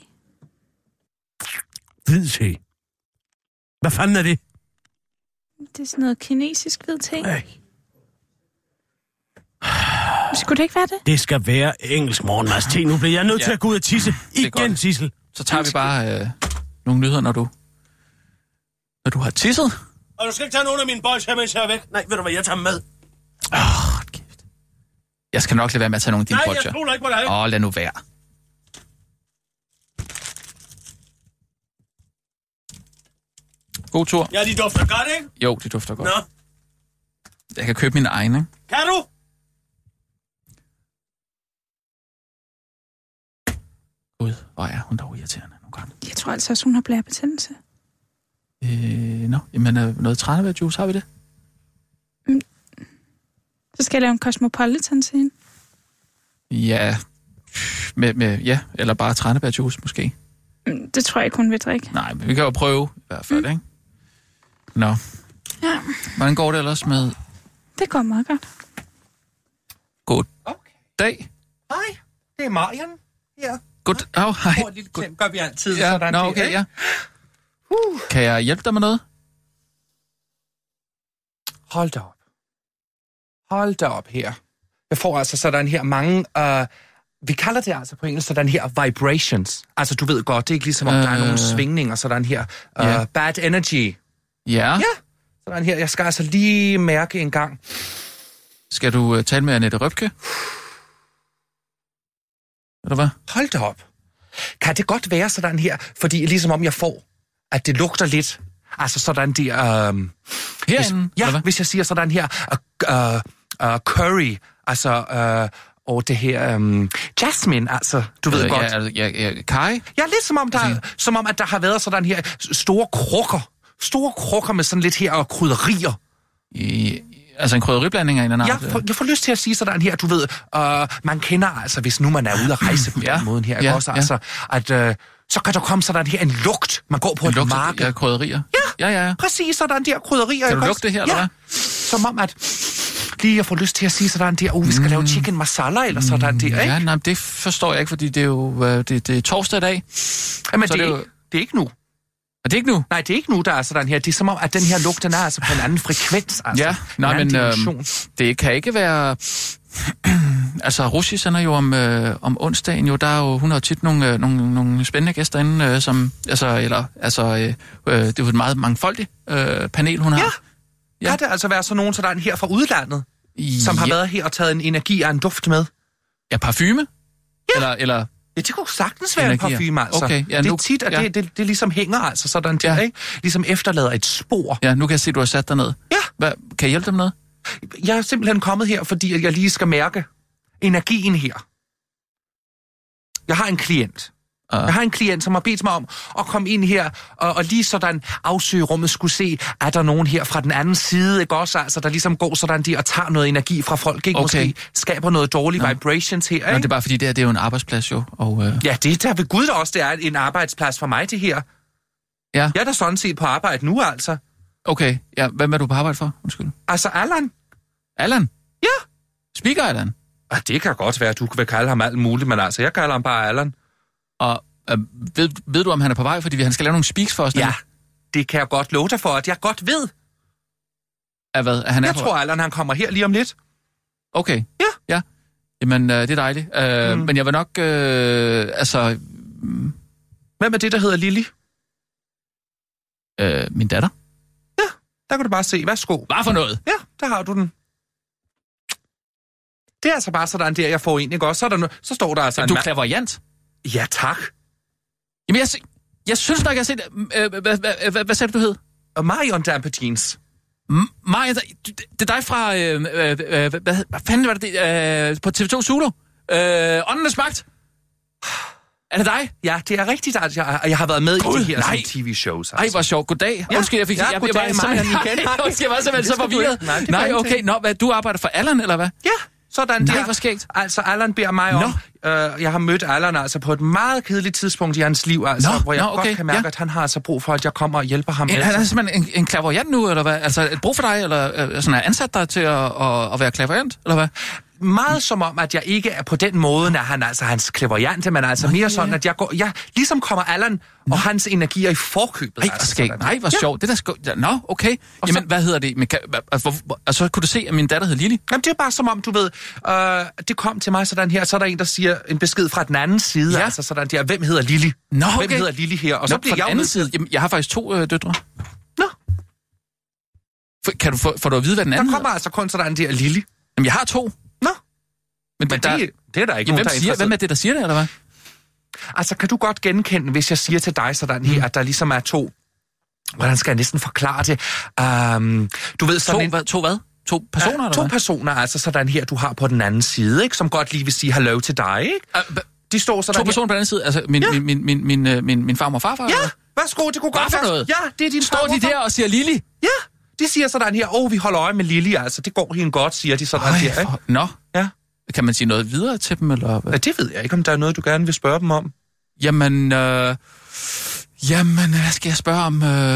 Hvid te. Hvad fanden er det? Det er sådan noget kinesisk hvid te. Ej. Skulle det ikke være det? Det skal være engelsk morgenmads te. Nu bliver jeg nødt Ja. til at gå ud og tisse er igen, godt. Sissel. Så tager vi bare øh, nogle nyheder, når du... Når du har tisset. Og du skal ikke tage nogen af mine boys her, mens jeg er væk. Nej, ved du hvad, jeg tager dem med. Åh, oh, kæft. Jeg skal nok lade være med at tage nogle af dine Nej, bolcher. jeg stoler ikke på dig. Åh, oh, lad nu være. God tur. Ja, de dufter godt, ikke? Jo, de dufter godt. Nå. Jeg kan købe min egen, ikke? Kan du? Gud, hvor er hun dog irriterende nogle gange. Jeg tror altså også, hun har blærebetændelse. Øh, nå, jamen noget tranebærjuice, har vi det? Mm. Så skal jeg lave en cosmopolitan til hende. Ja, med, med, ja, eller bare tranebærjuice måske. Mm, det tror jeg ikke, hun vil drikke. Nej, men vi kan jo prøve i hvert fald, mm. ikke? Nå. Ja. Hvordan går det ellers med... Det går meget godt. God okay. dag. Hej, det er Marian her. God... Oh, hej. God lille ting gør vi altid. Ja, sådan nå, det, okay, ikke? ja. Uh. Kan jeg hjælpe dig med noget? Hold da op. Hold da op her. Jeg får altså sådan her mange... Uh, vi kalder det altså på engelsk sådan her vibrations. Altså, du ved godt, det er ikke ligesom, om uh, der er nogle svingninger sådan her. Uh, yeah. Bad energy. Ja. Ja, sådan her. Jeg skal altså lige mærke en gang. Skal du uh, tale med Annette Røbke? Eller hvad? Hold da op. Kan det godt være sådan her? Fordi ligesom om jeg får, at det lugter lidt. Altså sådan der... Uh, Herinde? Hvis, ja, hvis jeg siger sådan her... Uh, uh, uh, curry, altså... Uh, og det her um, jasmine, altså, du ved øh, godt. Ja, ja, ja, kaj? Ja, lidt som om, der, altså, som om, at der har været sådan her store krukker. Store krukker med sådan lidt her og krydderier. I, altså en krydderiblanding af en eller anden Ja, for, jeg får lyst til at sige sådan her, du ved, uh, man kender altså, hvis nu man er ude at rejse på ja, den måde her, ja, også, ja. altså, at uh, så kan der komme sådan her en lugt, man går på en et marked. Ja, krydderier. Ja, ja, ja. præcis sådan der krydderier. Kan du lugte det her, eller ja. hvad? Som om, at lige jeg får lyst til at sige sådan der, uh, vi skal mm. lave chicken masala, eller sådan der, ikke? Ja, nej, det forstår jeg ikke, fordi det er jo det, det er torsdag i dag. Jamen, det, det, er jo... det er ikke nu. Er det ikke nu? Nej, det er ikke nu, der er sådan her. Det er som om, at den her lugt, den er altså på en anden frekvens. Altså. Ja, nej, men øh, det kan ikke være... altså, Rushi sender jo om, øh, om onsdagen jo, der er jo, hun har jo tit nogle, øh, nogle, nogle spændende gæster inde, øh, som, altså, eller, altså, øh, øh, det er jo et meget mangfoldigt øh, panel, hun har. Ja. Ja. Kan det altså være sådan nogen sådan her fra udlandet, ja. som har været her og taget en energi af en duft med? Ja, parfume? Ja. Eller, eller... Ja, det kunne sagtens være energier. En parfume, altså. Okay, ja, det nu, er tit, at ja. det, det, det ligesom hænger altså sådan der, ja. ikke? Ligesom efterlader et spor. Ja, nu kan jeg se, at du har sat dig ned. Ja. Hvad, kan jeg hjælpe dig med noget? Jeg er simpelthen kommet her, fordi jeg lige skal mærke energien her. Jeg har en klient. Uh. Jeg har en klient, som har bedt mig om at komme ind her og, og lige sådan afsøge rummet, skulle se, er der nogen her fra den anden side, ikke også? Altså, der ligesom går sådan de og tager noget energi fra folk, ikke? Okay. Måske skaber noget dårlig ja. vibrations her, ikke? Nå, det er bare fordi, det, her, det er jo en arbejdsplads jo. Og, uh... Ja, det er ved Gud også, det er en arbejdsplads for mig, det her. Ja. Jeg er da sådan set på arbejde nu, altså. Okay, ja, hvem er du på arbejde for? Undskyld. Altså, Allan. Allan? Ja. Speaker Allan? Ah, det kan godt være, du vil kalde ham alt muligt, men altså, jeg kalder ham bare Allan. Og øh, ved, ved du, om han er på vej, fordi han skal lave nogle speaks for os? Ja, det kan jeg godt love dig for, at jeg godt ved. At hvad? At han jeg er på... tror, Allan, han kommer her lige om lidt. Okay. Ja. Ja. Jamen, øh, det er dejligt. Øh, mm. Men jeg vil nok, øh, altså... Mm... Hvem er det, der hedder Lili? Øh, min datter. Ja, der kan du bare se. Værsgo. Hvad for noget? Ja, der har du den. Det er altså bare sådan der, jeg får ind, ikke også? Så, er der no- så står der altså ja, en... Du er clairvoyant? Ja, tak. Jamen, jeg, jeg synes nok, jeg har set... Øh, hvad, hvad, hvad, hvad sagde du, du hed? Uh, Marion Dampedins. M- Marion, det er dig fra... Øh, øh, øh, hvad, hvad fanden var det? Øh, på T V to Zulu? Øh, Åndenes Magt? Er det dig? Ja, det er rigtigt, at jeg, jeg har været med God, i de her nej. T V-shows. Altså. Ej, hvor sjovt. Goddag. Ja, Undskyld, jeg fik... Ja, jeg, goddag, jeg, jeg, Marion igen. Undskyld, jeg var simpelthen så forvirret. Nej, nej okay. Nå, hvad, du arbejder for Allan, eller hvad? Ja. Sådan Nej, der. hvor skægt. Altså, Allan beder mig om... Øh, jeg har mødt Allan altså på et meget kedeligt tidspunkt i hans liv, altså, nå, hvor jeg nå, okay. godt kan mærke, ja. at han har altså brug for, at jeg kommer og hjælper ham. En, han er simpelthen en, en clairvoyant nu, eller hvad? Altså, et brug for dig, eller øh, sådan er ansat dig til at, at, at være clairvoyant, eller hvad? Meget som om, at jeg ikke er på den måde, når han altså hans clairvoyante, men altså nå, mere ja. sådan, at jeg går... Jeg ligesom kommer Allan og hans energier i forkøbet. Nej, altså, hvor, nej, hvor sjovt. Det der skal... Nå, okay. Og Jamen, så... hvad hedder det? Men, kan, altså, altså, kunne du se, at min datter hed Lili? Jamen, det er bare som om, du ved... Øh, det kom til mig sådan her, så er der en, der siger en besked fra den anden side. Ja. Altså sådan der, hvem hedder Lili? Nå, okay. Hvem hedder Lili her? Og Nå, så bliver jeg... Fra den anden side? Jamen, jeg har faktisk to øh, døtre. Nå. For, kan du få, får du at vide, hvad den anden der kommer hedder? altså kun sådan der Lili. Jamen, jeg har to. Nå. Men, Men der, det, det er der ikke ja, nogen, hvem, siger, hvem er det, der siger det, eller hvad? Altså, kan du godt genkende, hvis jeg siger til dig sådan her, mm. at der ligesom er to hvordan skal jeg næsten forklare det? Um, du ved sådan to, en... hvad, to hvad? To personer, ja, eller to hvad? personer, altså sådan her, du har på den anden side, ikke? Som godt lige vil sige hallo til dig, ikke? Uh, De står sådan to personer på den anden side? Altså min, ja. min, min, min, min, min, min farmor og farfar? Ja, eller? værsgo, det kunne Hvad godt for noget? Ja, det er din Står de der og siger Lili? Ja, de siger sådan her, åh, oh, vi holder øje med Lili, altså, det går hende godt, siger de sådan her, ikke? Nå, ja. Kan man sige noget videre til dem, eller hvad? Ja, det ved jeg ikke, om der er noget, du gerne vil spørge dem om. Jamen, øh, jamen, hvad skal jeg spørge om? Øh,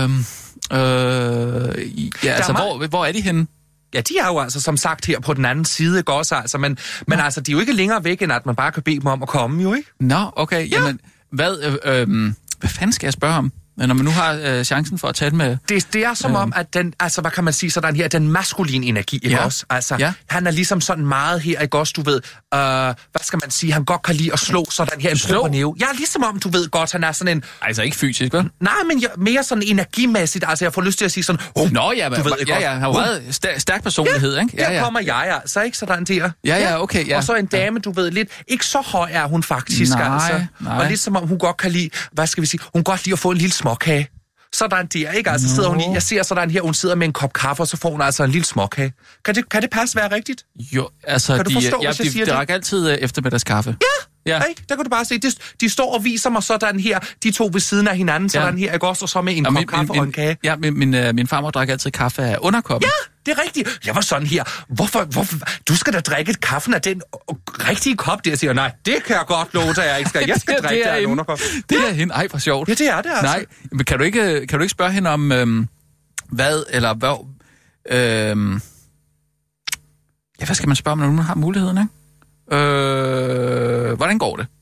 øh, ja, altså, meget... hvor, hvor er de henne? Ja, de er jo altså som sagt her på den anden side, ikke også? Altså, men, men altså, de er jo ikke længere væk, end at man bare kan bede dem om at komme, jo, ikke? Nå, okay, ja. Jamen, hvad, øh, øh, hvad fanden skal jeg spørge om? Når man nu har øh, chancen for at tale med... Det, det er som øh... om, at den, altså, hvad kan man sige, sådan her, den maskuline energi, ikke ja. også? Altså, ja. han er ligesom sådan meget her, ikke også, du ved, øh, hvad skal man sige, han godt kan lide at slå sådan her en brug på næve. Ja, ligesom om, du ved godt, han er sådan en... Altså ikke fysisk, vel? Nej, men ja, mere sådan energimæssigt, altså jeg får lyst til at sige sådan... Oh, Nå, ja, men, du ved, ja, ja, han har jo meget stær, stærk personlighed, ja, ikke? Ja, der ja. kommer jeg altså, ikke sådan der. Ja, ja, okay, ja. Og så en dame, du ved, lidt, ikke så høj er hun faktisk, nej, altså. Nej. Og lidt som om, hun godt kan lide, hvad skal vi sige, hun godt lide at få en lille småkage. Sådan der, ikke? Altså sidder hun lige, jeg ser sådan her, hun sidder med en kop kaffe, og så får hun altså en lille småkage. Kan det, kan det passe være rigtigt? Jo, altså, kan du de, forstå, ja, hvis jeg de, siger de det? drak altid øh, eftermiddagskaffe. Ja, ja. Ikke? Der kan du bare se, de, de står og viser mig sådan her, de to ved siden af hinanden, sådan ja. her, ikke også, og så med en ja, kop min, kaffe min, og en kage. Ja, min, min, øh, min farmor drak altid kaffe af underkoppen. Ja, det er rigtigt. Jeg var sådan her, hvorfor, hvorfor, du skal da drikke kaffen af den rigtige kop, der siger, nej, det kan jeg godt love dig, jeg ikke skal. Jeg skal det, drikke det af en underkop. Det er hende, ej, hvor sjovt. Ja, det er det altså. Nej, men kan du ikke, kan du ikke spørge hende om, øhm, hvad, eller hvad, øhm, ja, hvad skal man spørge om, når man har muligheden, ikke? Øh, hvordan går det?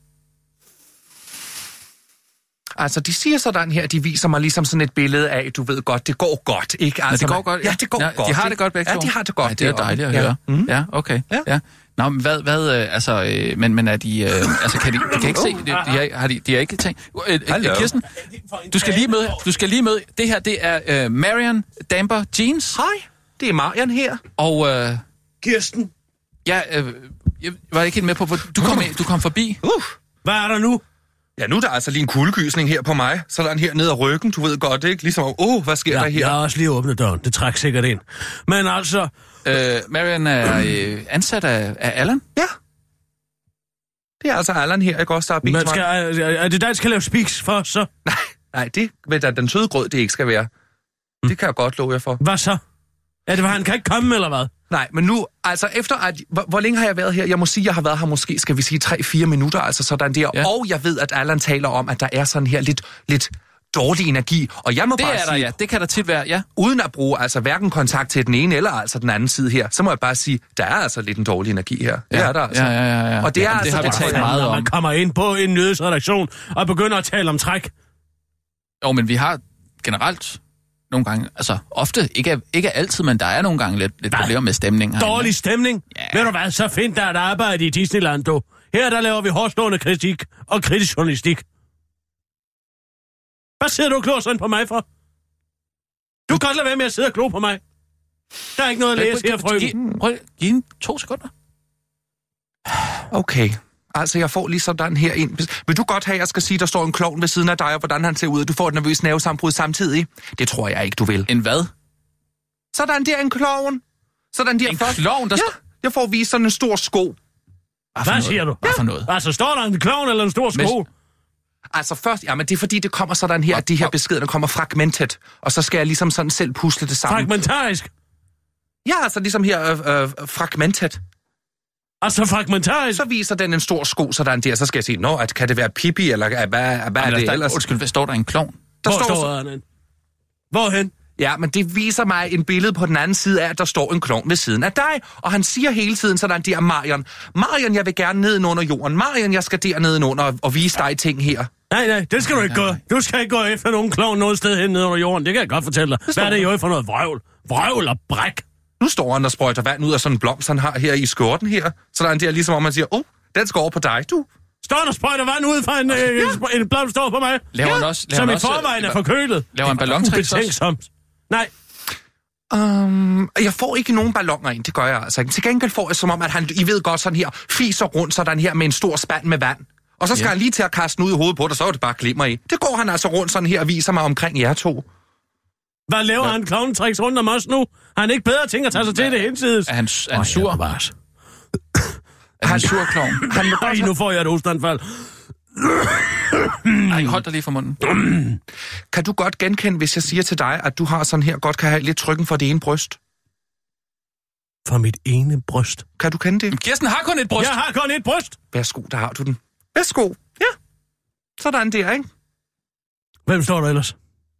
Altså, de siger sådan her, de viser mig ligesom sådan et billede af, du ved godt, det går godt, ikke? Altså, ja, det går godt? Ja, det går ja, godt. De har det godt begge to? Ja, de har det godt. Ja, det er dejligt at ja. høre. Mm. Ja, okay. Ja. ja. Nå, men hvad, hvad øh, altså, øh, men, men er de, øh, altså, kan de, de kan ikke se, de, de, har, har de, de har ikke tænkt, øh, øh, Kirsten, du skal lige møde, du skal lige møde, det her, det er øh, Marian Damper Jeans. Hej, det er Marian her. Og, øh, Kirsten. Ja, øh, jeg var ikke helt med på, hvor du kom, med, du kom forbi. Uh. Hvad er der nu? Ja, nu er der altså lige en kuldegysning her på mig. Sådan her ned ad ryggen, du ved godt, ikke? Ligesom, åh, oh, hvad sker ja, der her? Jeg har også lige åbnet døren, det trækker sikkert ind. Men altså... Øh, Marian er øh, ansat af, af Allan? Ja. Det er altså Allan her, ikke også, der er bedt mig. Skal, er, er det dig, der skal lave speaks for os, så? Nej, nej, det ved da den søde grød, det ikke skal være. Mm. Det kan jeg godt love jer for. Hvad så? Er det, han kan ikke komme, eller hvad? Nej, men nu, altså efter at... Hvor, hvor længe har jeg været her? Jeg må sige, jeg har været her måske, skal vi sige, tre fire minutter, altså sådan der. Ja. Og jeg ved, at Allan taler om, at der er sådan her lidt, lidt dårlig energi. Og jeg må det bare er der, sige... ja. Det kan der tit være, ja. Uden at bruge altså hverken kontakt til den ene eller altså den anden side her, så må jeg bare sige, der er altså lidt en dårlig energi her. Det ja. er der altså. Ja, ja, ja, ja. Og det, er ja, altså, det har vi talt meget om. Når man kommer ind på en nyhedsredaktion og begynder at tale om træk. Jo, men vi har generelt... Nogle gange, altså ofte, ikke, ikke altid, men der er nogle gange lidt, lidt problemer med stemning. Dårlig stemning? Ja. Ved du hvad, så find der et arbejde i Disneyland, du. Her der laver vi hårdstående kritik og kritisk journalistik. Hvad sidder du og klor sådan på mig for? Du kan godt lade være med at sidde og klo på mig. Der er ikke noget at læse her, frøken. Prøv at give hende to sekunder. Okay. Altså, jeg får lige sådan her ind. Vil du godt have, at jeg skal sige, der står en klovn ved siden af dig, og hvordan han ser ud, og du får et nervøst nervesambrud samtidig? Det tror jeg ikke, du vil. En hvad? Sådan der en klovn. Sådan der en først. klovn, der ja, står... Jeg får vist sådan en stor sko. Hvad, Hvad siger du? Hvad for noget? Altså, står der en klovn eller en stor sko? Men... Altså først, ja, men det er fordi, det kommer sådan her, at de her beskeder, der kommer fragmentet, og så skal jeg ligesom sådan selv pusle det sammen. Fragmentarisk? Ja, altså ligesom her, øh, øh, fragmentet. Altså fragmentarisk? Så viser den en stor sko, sådan der, så skal jeg sige, nå, at kan det være Pippi, eller hvad, hvad Jamen, er det der, ellers? Undskyld, hvad står der en klovn? Der Hvor står, står der? Hvorhen? Ja, men det viser mig en billede på den anden side af, at der står en klovn ved siden af dig. Og han siger hele tiden sådan der, Marian, Marian, jeg vil gerne ned under jorden. Marian, jeg skal dernede under og, og vise dig ting her. Nej, nej, det skal du ikke gøre. Du skal ikke gå efter nogen klovn noget sted hen ned under jorden. Det kan jeg godt fortælle dig. Hvad er det jo for noget vrøvl? Vrøvl og bræk. Nu står han og sprøjter vand ud af sådan en blomst, han har her i skjorten her. Sådan der, ligesom om man siger, åh, oh, den skal over på dig, du. Står der og sprøjter vand ud fra en, ja. en, en blomst står på mig? Laver han også, laver som han i forvejen også, er forkølet. Laver han ballontricks også? Nej. Um, jeg får ikke nogen balloner ind, det gør jeg altså ikke. Til gengæld får jeg som om, at han, I ved godt, sådan her, fiser rundt sådan her med en stor spand med vand. Og så skal ja. han lige til at kaste den ud i hovedet på dig, så er det bare glimmer i. Det går han altså rundt sådan her og viser mig omkring jer to. Hvad laver Hvad? han klovnetricks rundt om os nu? Har han ikke bedre ting at tage sig til det hensides? Er han, er han sur? Er er han sur, klovn? Han Ej, nu får jeg et hostanfald. Ej, hold dig lige for munden. Kan du godt genkende, hvis jeg siger til dig, at du har sådan her, godt kan have lidt trykken for det ene bryst? For mit ene bryst? Kan du kende det? Kirsten har kun et bryst. Jeg har kun et bryst. Værsgo, der har du den. Værsgo. Ja. Sådan der, ikke? Hvem står der ellers?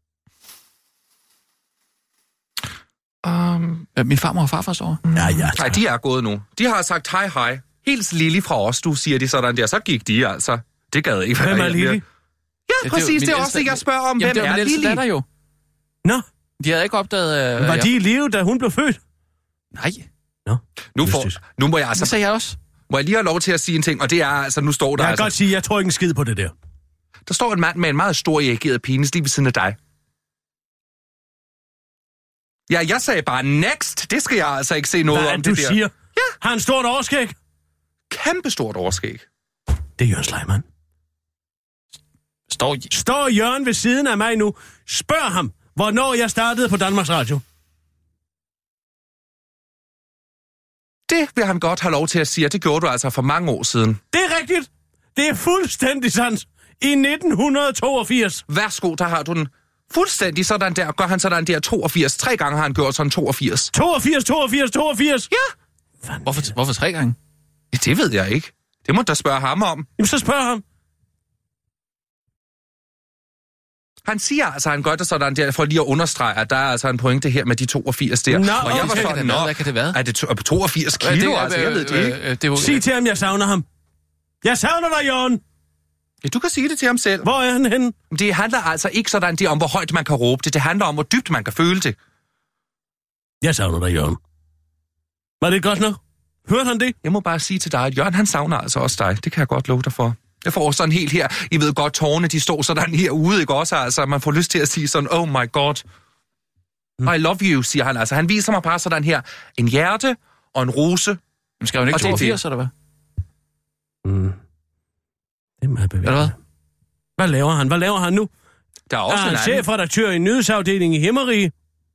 Um, Min farmor og farfar står. Ja, ja. Nej, de er gået nu. De har sagt hej, hej. Hils Lili fra os, du siger de sådan der. Så gik de altså. Det gad ikke. Hvem er Lili? Ja, præcis. Det er også det, jeg spørger om. Jamen, hvem det er Lili? Det er jo. Nå. De havde ikke opdaget... Uh, Var de i live, da hun blev født? Nej. Nå. Nu, får, nu må jeg altså... Det sagde jeg også. Må jeg lige have lov til at sige en ting, og det er altså, nu står der Jeg kan altså... godt sige, jeg tror ikke en skid på det der. Der står en mand med en meget stor ægget penis lige ved siden af dig. Ja, jeg sagde bare next. Det skal jeg altså ikke se noget Hvad om, du det der. siger? Ja. Har han stort overskæg? Kæmpestort overskæg. Det er Jørgen Sleiman. Står... Står Jørgen ved siden af mig nu. Spørg ham, hvornår jeg startede på Danmarks Radio. Det vil han godt have lov til at sige, det gjorde du altså for mange år siden. Det er rigtigt. Det er fuldstændig sandt. I nitten toogfirs. Værsgo, der har du den. Fuldstændig sådan der. Gør han sådan der toogfirs. Tre gange har han gjort sådan toogfirs. toogfirs, toogfirs, toogfirs? Ja. Hvorfor, hvorfor tre gange? Ja, det ved jeg ikke. Det må du da spørge ham om. Jamen, så spørg ham. Han siger altså, han gør det sådan der, for lige at understrege, at der er altså en pointe her med de toogfirs der. Nå, og jeg okay. var sådan, nå, hvad kan det være? Er det to- toogfirs kilo? Det er, altså, jeg ved det ikke. Øh, øh, det er, Sig til ham, jeg savner ham. Jeg savner dig, Jørgen. Ja, du kan sige det til ham selv. Hvor er han henne? Det handler altså ikke sådan det om, hvor højt man kan råbe det. Det handler om, hvor dybt man kan føle det. Jeg savner dig, Jørgen. Var det godt nok? Hørte han det? Jeg må bare sige til dig, at Jørgen, han savner altså også dig. Det kan jeg godt love dig for. Jeg får sådan helt her, I ved godt, tårerne, de står sådan herude, ikke også? Altså, man får lyst til at sige sådan, oh my god. Mm. I love you, siger han altså. Han viser mig bare sådan her, en hjerte og en rose. Men skal han ikke toogfirs, eller hvad? Mm. Det er meget bevægende. Hvad? Hvad laver han? Hvad laver han nu? Der er også er en han anden. chefredaktør i en nyhedsafdeling i Himmerige?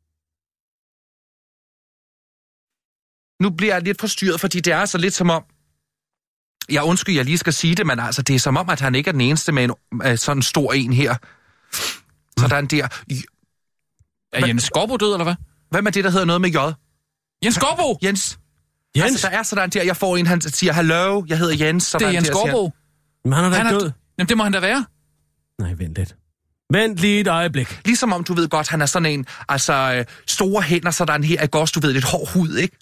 Nu bliver jeg lidt forstyrret, fordi det er så lidt som om... Jeg undskyld, jeg lige skal sige det, men altså, det er som om, at han ikke er den eneste med en uh, sådan stor en her. Sådan der... Er Jens Skorbo død, eller hvad? Hvem er det, der hedder noget med J? Jens Skorbo! Jens. Jens? Altså, der er sådan der, jeg får en, han siger, hallo, jeg hedder Jens. Det er Jens Skorbo. Men han er da han ikke er... død. Jamen, det må han da være. Nej, vent lidt. Vent lige et øjeblik. Ligesom om, du ved godt, han er sådan en, altså, store hænder, sådan her, ikke også, du ved, lidt hård hud, ikke?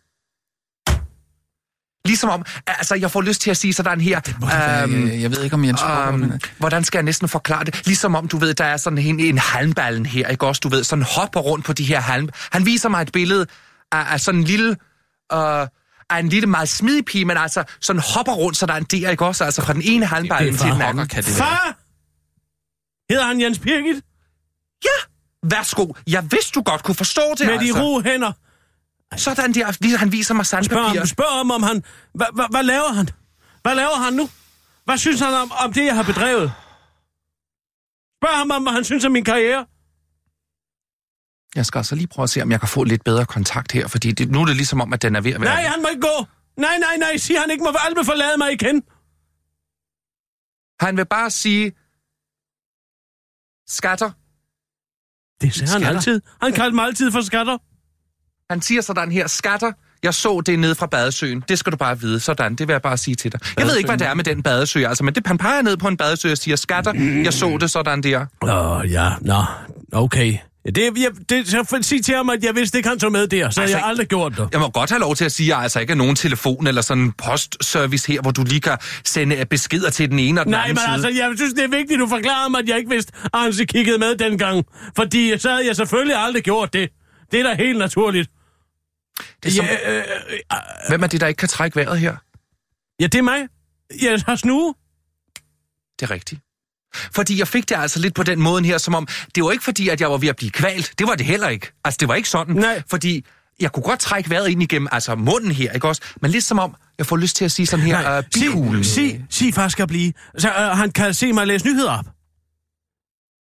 Ligesom om, altså, jeg får lyst til at sige sådan her... Um, jeg ved ikke, om Jens Skorbo... Um, hvordan skal jeg næsten forklare det? Ligesom om, du ved, der er sådan en, en halmballen her, ikke også, du ved, sådan hopper rundt på de her halm... Han viser mig et billede af, af sådan en lille... Uh, af en lille, meget smidig pige, men altså sådan hopper rundt, så der er en der, ikke også? Altså fra den ene halmballen til den anden. Kan det Far! Hedder han Jens Birgit? Ja! Værsgo. Jeg vidste, du godt kunne forstå det, Med altså. de ro hænder. Sådan der, han viser mig sandpapir. Spørg ham, spørg ham, om han... Hvad hva, hva laver han? Hvad laver han nu? Hvad synes han om, om det, jeg har bedrevet? Spørg ham, om hvad han synes om min karriere. Jeg skal altså lige prøve at se, om jeg kan få lidt bedre kontakt her, fordi det, nu er det ligesom om, at den er ved at være... Nej, han må ikke gå. Nej, nej, nej, sig han ikke må aldrig forlade mig igen. Han vil bare sige... Skatter. Det siger han altid. Han kaldte mig altid for skatter. Han siger sådan her, skatter, jeg så det nede fra badesøen. Det skal du bare vide. Sådan, det vil jeg bare sige til dig. Jeg ved ikke, hvad det er med den badesø, altså, men det, han peger ned på en badesø og siger, skatter, jeg så det sådan der. Åh, oh, ja, nå, okay. Det, jeg, det, så sig til ham, at jeg vidste ikke, han tog med der, så altså, jeg har aldrig gjort det. Jeg må godt have lov til at sige, at jeg altså ikke er nogen telefon eller sådan en postservice her, hvor du lige kan sende beskeder til den ene og den Nej, anden men side. altså, jeg synes, det er vigtigt, at du forklarer mig, at jeg ikke vidste, at han kiggede med dengang. Fordi så havde jeg selvfølgelig aldrig gjort det. Det er da helt naturligt. Det er som... ja, øh, øh, Hvem er det, der ikke kan trække vejret her? Ja, det er mig. Jeg har snue. Det er rigtigt. Fordi jeg fik det altså lidt på den måde her, som om, det var ikke fordi, at jeg var ved at blive kvalt. Det var det heller ikke. Altså, det var ikke sådan. Nej. Fordi jeg kunne godt trække vejret ind igennem, altså munden her, ikke også? Men lidt som om, jeg får lyst til at sige sådan her, Nej, uh, bikulen. Sig, sig, sig far skal blive. Så uh, han kan se mig læse nyheder op.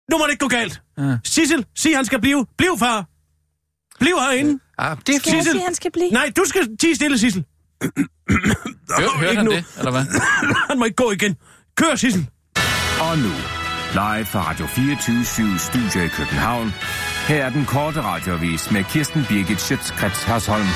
Nu må det ikke gå galt. Ja. Sissel, sig, han skal blive. Bliv, far. Bliv herinde. Ja, det er skal jeg sige, han skal blive? Nej, du skal tie stille, Sissel. Hør, hørte han nu. det, eller hvad? Han må ikke gå igen. Kør, Sissel. Og nu, live fra Radio fireogtyve syv Studio i København. Her er den korte radioavis med Kirsten Birgit Schøtz-Krets Hørsholm.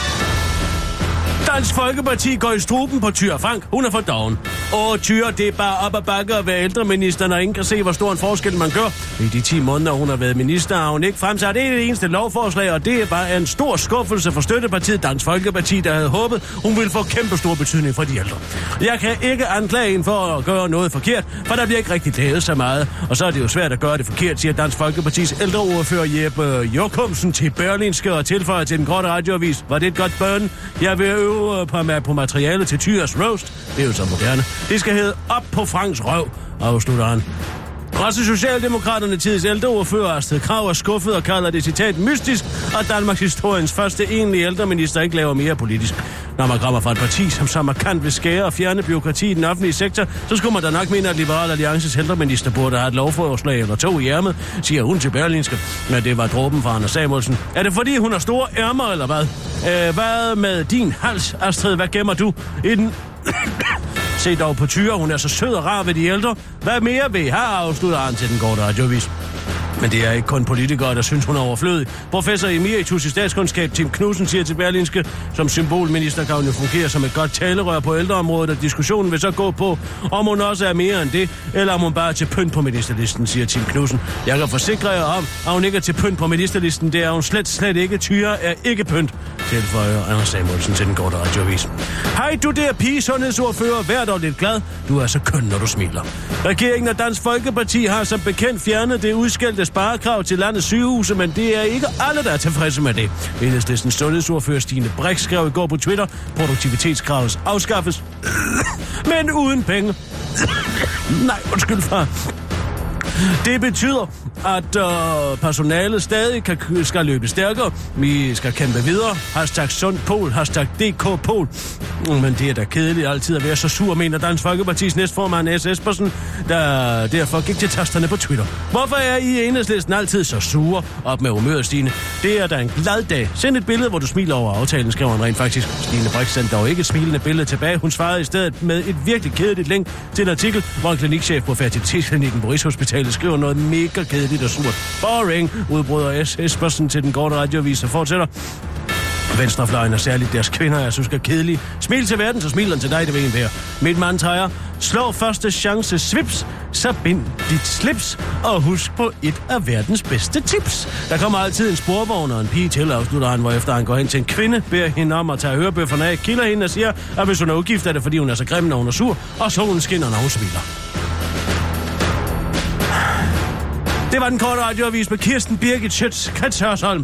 Dansk Folkeparti går i struben på Thyra Frank. Hun er for doven. Åh, Thyra, det er bare op ad bakke at være ældreminister, og ingen kan se, hvor stor en forskel man gør. I de ti måneder, hun har været minister, har hun ikke fremsat det eneste lovforslag, og det er bare en stor skuffelse for støttepartiet Dansk Folkeparti, der havde håbet, hun ville få kæmpe stor betydning for de ældre. Jeg kan ikke anklage hende for at gøre noget forkert, for der bliver ikke rigtig lavet så meget. Og så er det jo svært at gøre det forkert, siger Dansk Folkepartis ældreordfører Jeppe Jokumsen til Berlingske og tilføjer til den korte radioavis. Var det et godt børn? Jeg vil øve på, på materiale til Thyras roast. Det er jo så moderne. Det skal hedde op på Franks røv, afslutter han. Også Socialdemokraterne tids ældreordfører Astrid Krag er skuffet og kalder det citat mystisk, at Danmarks historiens første egentlige ældreminister ikke laver mere politisk. Når man kommer fra et parti, som så markant vil skære og fjerne byråkrati i den offentlige sektor, så skulle man da nok mene, at Liberal Alliances ældreminister burde have et lovforslag eller to i ærmet, siger hun til Berlingske. Men det var dråben fra Anders Samuelsen. Er det fordi, hun har store ærmer, eller hvad? Øh, hvad med din hals, Astrid? Hvad gemmer du i den? Se dog på Thyra, hun er så sød og rar ved de ældre. Hvad mere vil I have, afslutter han til den korte radioavis. Men det er ikke kun politikere, der synes, hun er overflødig. Professor emeritus i statskundskab Tim Knudsen siger til Berlingske, som symbolminister kan hun jo fungere som et godt talerør på ældreområdet, og diskussionen vil så gå på, om hun også er mere end det, eller om hun bare er til pynt på ministerlisten, siger Tim Knudsen. Jeg kan forsikre jer om, at hun ikke er til pynt på ministerlisten. Det er hun slet, slet ikke. Thyra er ikke pynt, tilføjer Anders Samuelsen til den korte radioavis. Hej du der pige sundhedsordfører, vær dog lidt glad. Du er så køn, når du smiler. Regeringen og Dansk Folkeparti har som bekendt fjernet det udskældte sparekrav til landets sygehuse, men det er ikke alle, der er tilfredse med det. Enhedslistens sundhedsordfører Stine Brix skrev i går på Twitter, produktivitetskravet afskaffes, men uden penge. Nej, undskyld far. Det betyder, at øh, personalet stadig kan, skal løbe stærkere. Vi skal kæmpe videre. Hashtag sundpol, hashtag D K Pol. Men det er da kedeligt altid at være så sur, mener Dansk Folkepartis næstformand S. Espersen, der derfor gik til tasterne på Twitter. Hvorfor er I i Enhedslisten altid så sure? Op med humøret, Stine. Det er da en glad dag. Send et billede, hvor du smiler over aftalen, skriver han rent faktisk. Stine Brix sendte dog ikke et smilende billede tilbage. Hun svarede i stedet med et virkelig kedeligt link til en artikel, hvor en klinikchef på fertilitetsklinikken på Rigshospitalet skriver noget mega kedeligt og surt. Boring, udbryder S. Espersen til den korte radioavis og fortsætter. Venstrefløjen og særligt deres kvinder er så skal kedelige. Smil til verden, så smiler den til dig, det vil en være. Mit mantra er, slå første chance svips, så bind dit slips, og husk på et af verdens bedste tips. Der kommer altid en sporvogn og en pige til, afslutter han, hvorefter han går hen til en kvinde, beder hende om at tage hørebøfferne af, kilder hende og siger, at hvis hun er ugift, er det fordi hun er så grim, når hun er sur, og solen skinner, når hun smiler. Det var den korte radioavis med Kirsten Birgit Schøtz-Krets Hørsholm.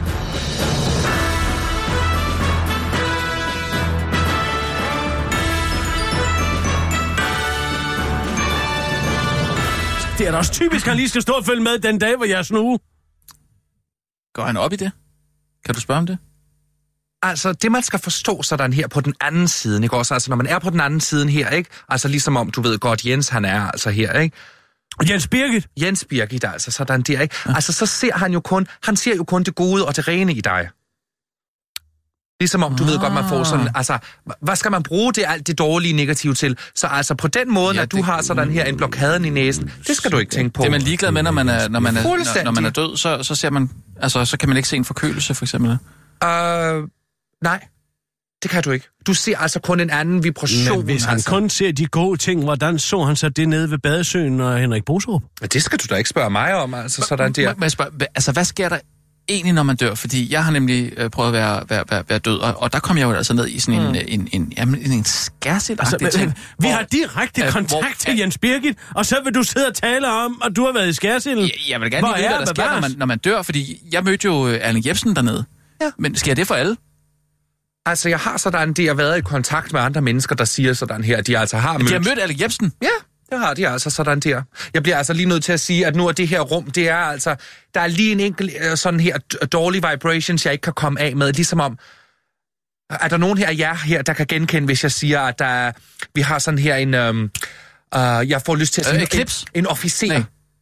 Det er da også typisk, at han lige skal stå og følge med den dag, hvor jeg er snue. Går han op i det? Kan du spørge om det? Altså, det man skal forstå sådan her på den anden side, ikke også? Altså, når man er på den anden side her, ikke? Altså, ligesom om, du ved godt, Jens, han er altså her, ikke? Jens Birgit? Jens Birgit, altså, sådan der, ikke? Ja. Altså, så ser han jo kun, han ser jo kun det gode og det rene i dig. Ligesom om, du ah. ved godt, man får sådan, altså, hvad skal man bruge det alt det dårlige negative til? Så altså, på den måde, ja, at du det, har sådan her en blokaden i næsen, det skal du ikke tænke på. Det er man ligeglad med, når man er, når man er, når, når man er død, så, så ser man, altså, så kan man ikke se en forkølelse, for eksempel. Øh, nej. Det kan du ikke. Du ser altså kun en anden vibration. Men hvis han altså. kun ser de gode ting, hvordan så han så det nede ved badesøen og Henrik Boserup? Men det skal du da ikke spørge mig om, altså sådan der. Men spørg, altså, hvad sker der egentlig, når man dør? Fordi jeg har nemlig øh, prøvet at være, være, være, være død, og, og der kom jeg jo altså ned i sådan en, mm. en, en, en, en, en skærsilagtig altså, ting. Vi hvor, har direkte øh, kontakt hvor, til Jens Birgit, og så vil du sidde og tale om, at du har været i skærsilden. Jeg, jeg vil gerne lige vide, hvad der sker, når man, når man dør, fordi jeg mødte jo Erling Jepsen dernede. Ja. Men sker det for alle? Altså, jeg har sådan, de har været i kontakt med andre mennesker, der siger sådan her, de altså har mødt... De har mødt Erling Jepsen? Ja, det har de altså sådan der. Jeg bliver altså lige nødt til at sige, at nu er det her rum, det er altså... Der er lige en enkelt sådan her dårlig vibrations, jeg ikke kan komme af med. Ligesom om... Er der nogen her af jer her, der kan genkende, hvis jeg siger, at der, vi har sådan her en... Øhm, øh, jeg får lyst til at sige... Øh, en, en officer, Nej.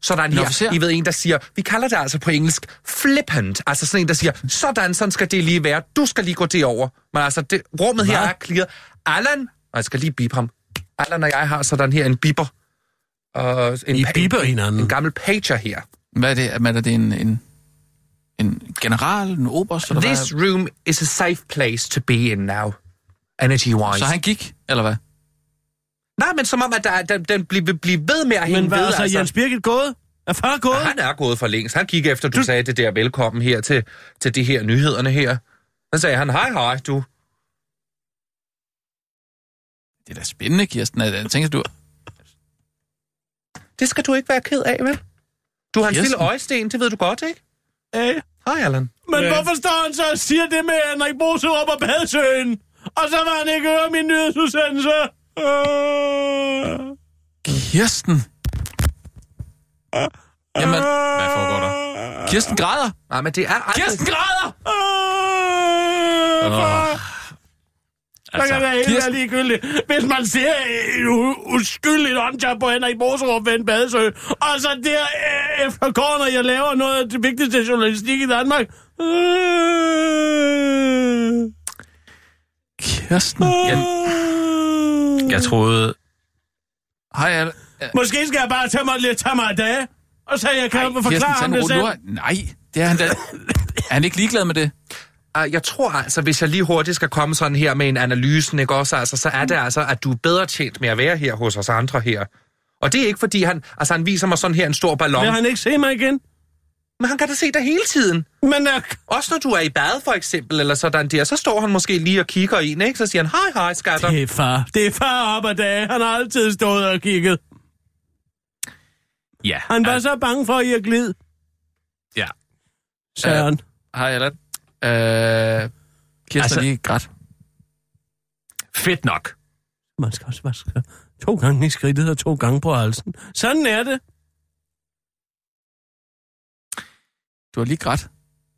Sådan her, I ved en, der siger, vi kalder det altså på engelsk flippant. Altså sådan en, der siger, sådan, sådan skal det lige være. Du skal lige gå derover. Men altså, det, rummet her er clear. Allan, og jeg skal lige bippe ham. Allan og jeg har sådan her en bipper. Og en, I bipper en, hinanden? En gammel pager her. Hvad er det? Er det en, en, en general, en oberst? Eller This hvad? room is a safe place to be in now. Energy-wise. Så han gik, eller hvad? Nej, men som om, at der, den, den vil blive ved med at hænge Men hvad ved. er så Altså. Jens Birgit gået? Er far gået? Ja, han er gået for længst. Han gik efter, du, du sagde det der velkommen her til, til det her nyhederne her. Så sagde han, hej hej, du. Det er da spændende, Kirsten. Jeg tænker, du... Det skal du ikke være ked af, vel? Du har en Kirsten. lille øjesten, det ved du godt, ikke? Ja. Hej, Allan. Men ja. Hvorfor står han så og siger det med Henrik Boserup og Badsøen? Og så var han ikke høre min nyhedsudsendelse. Øh. Kirsten. Jamen, hvad foregår der? Kirsten græder. Nej, men det er aldrig... Kirsten græder! Øh, oh. Altså, så kan det ikke være ligegyldigt, hvis man ser et u- uskyldigt åndjob på Henrik Boserup ved en badesø, og så der øh, efter går, når jeg laver noget af det vigtigste journalistik i Danmark. Øh. Kirsten. Jeg, jeg troede... Hej, Allan. Måske skal jeg bare tage mig, lidt, tage mig af dage, og så jeg kan Ej, forklare Kirsten, ham det selv. Er... Nej, det er han da... Er han ikke ligeglad med det? Jeg tror altså, hvis jeg lige hurtigt skal komme sådan her med en analysen, ikke også, altså, så er det altså, at du er bedre tjent med at være her hos os andre her. Og det er ikke, fordi han, altså, han viser mig sådan her en stor ballon. Vil han ikke se mig igen? Men han kan da se dig hele tiden. Men uh... også når du er i bad, for eksempel, eller sådan der, så står han måske lige og kigger ind, ikke? Så siger han, hej, hej, skatter. Det er far. Det er far op ad dage. Han har altid stået og kigget. Ja. Han var uh... så bange for, at I er glid. Ja. Søren. Uh, hej, Allan. Øh, Kirsten altså, lige grædt. Fedt nok. Man skal også vaske to gange i skridtet og to gange på halsen. Sådan er det. Du har lige grædt.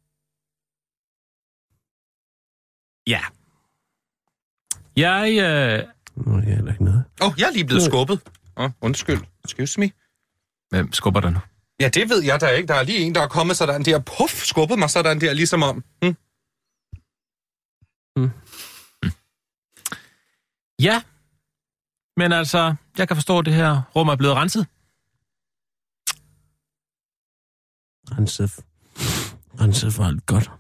Ja. Jeg... Øh... Nå, det er heller ikke noget. Åh, oh, jeg er lige blevet skubbet. Åh, oh, undskyld. Excuse me. Hvem skubber dig nu? Ja, det ved jeg da ikke. Der er lige en, der er kommet sådan der, puff, skubbet mig sådan der, ligesom om. Hm? Hmm. Hmm. Ja, men altså, jeg kan forstå, at det her rum er blevet renset. Renset. Renset for alt godt.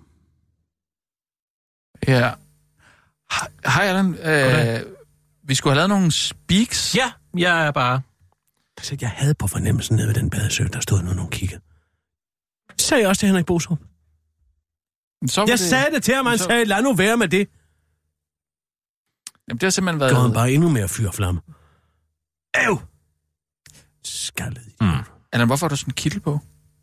Ja. Hej, Allan. Øh, vi skulle have lavet nogle speaks. Ja, jeg er bare... Altså, jeg havde på fornemmelsen nede ved den badesø, der stod noget, nogen kiggede. Sagde jeg også til Henrik Boserup. Så jeg det... sagde det til ham, han så... sagde, lad nu være med det. Jamen, det har simpelthen været... Gør han bare endnu mere fyrflamme. Æv! Skaldet. Mm. Allan, hvorfor har du sådan en kittel på?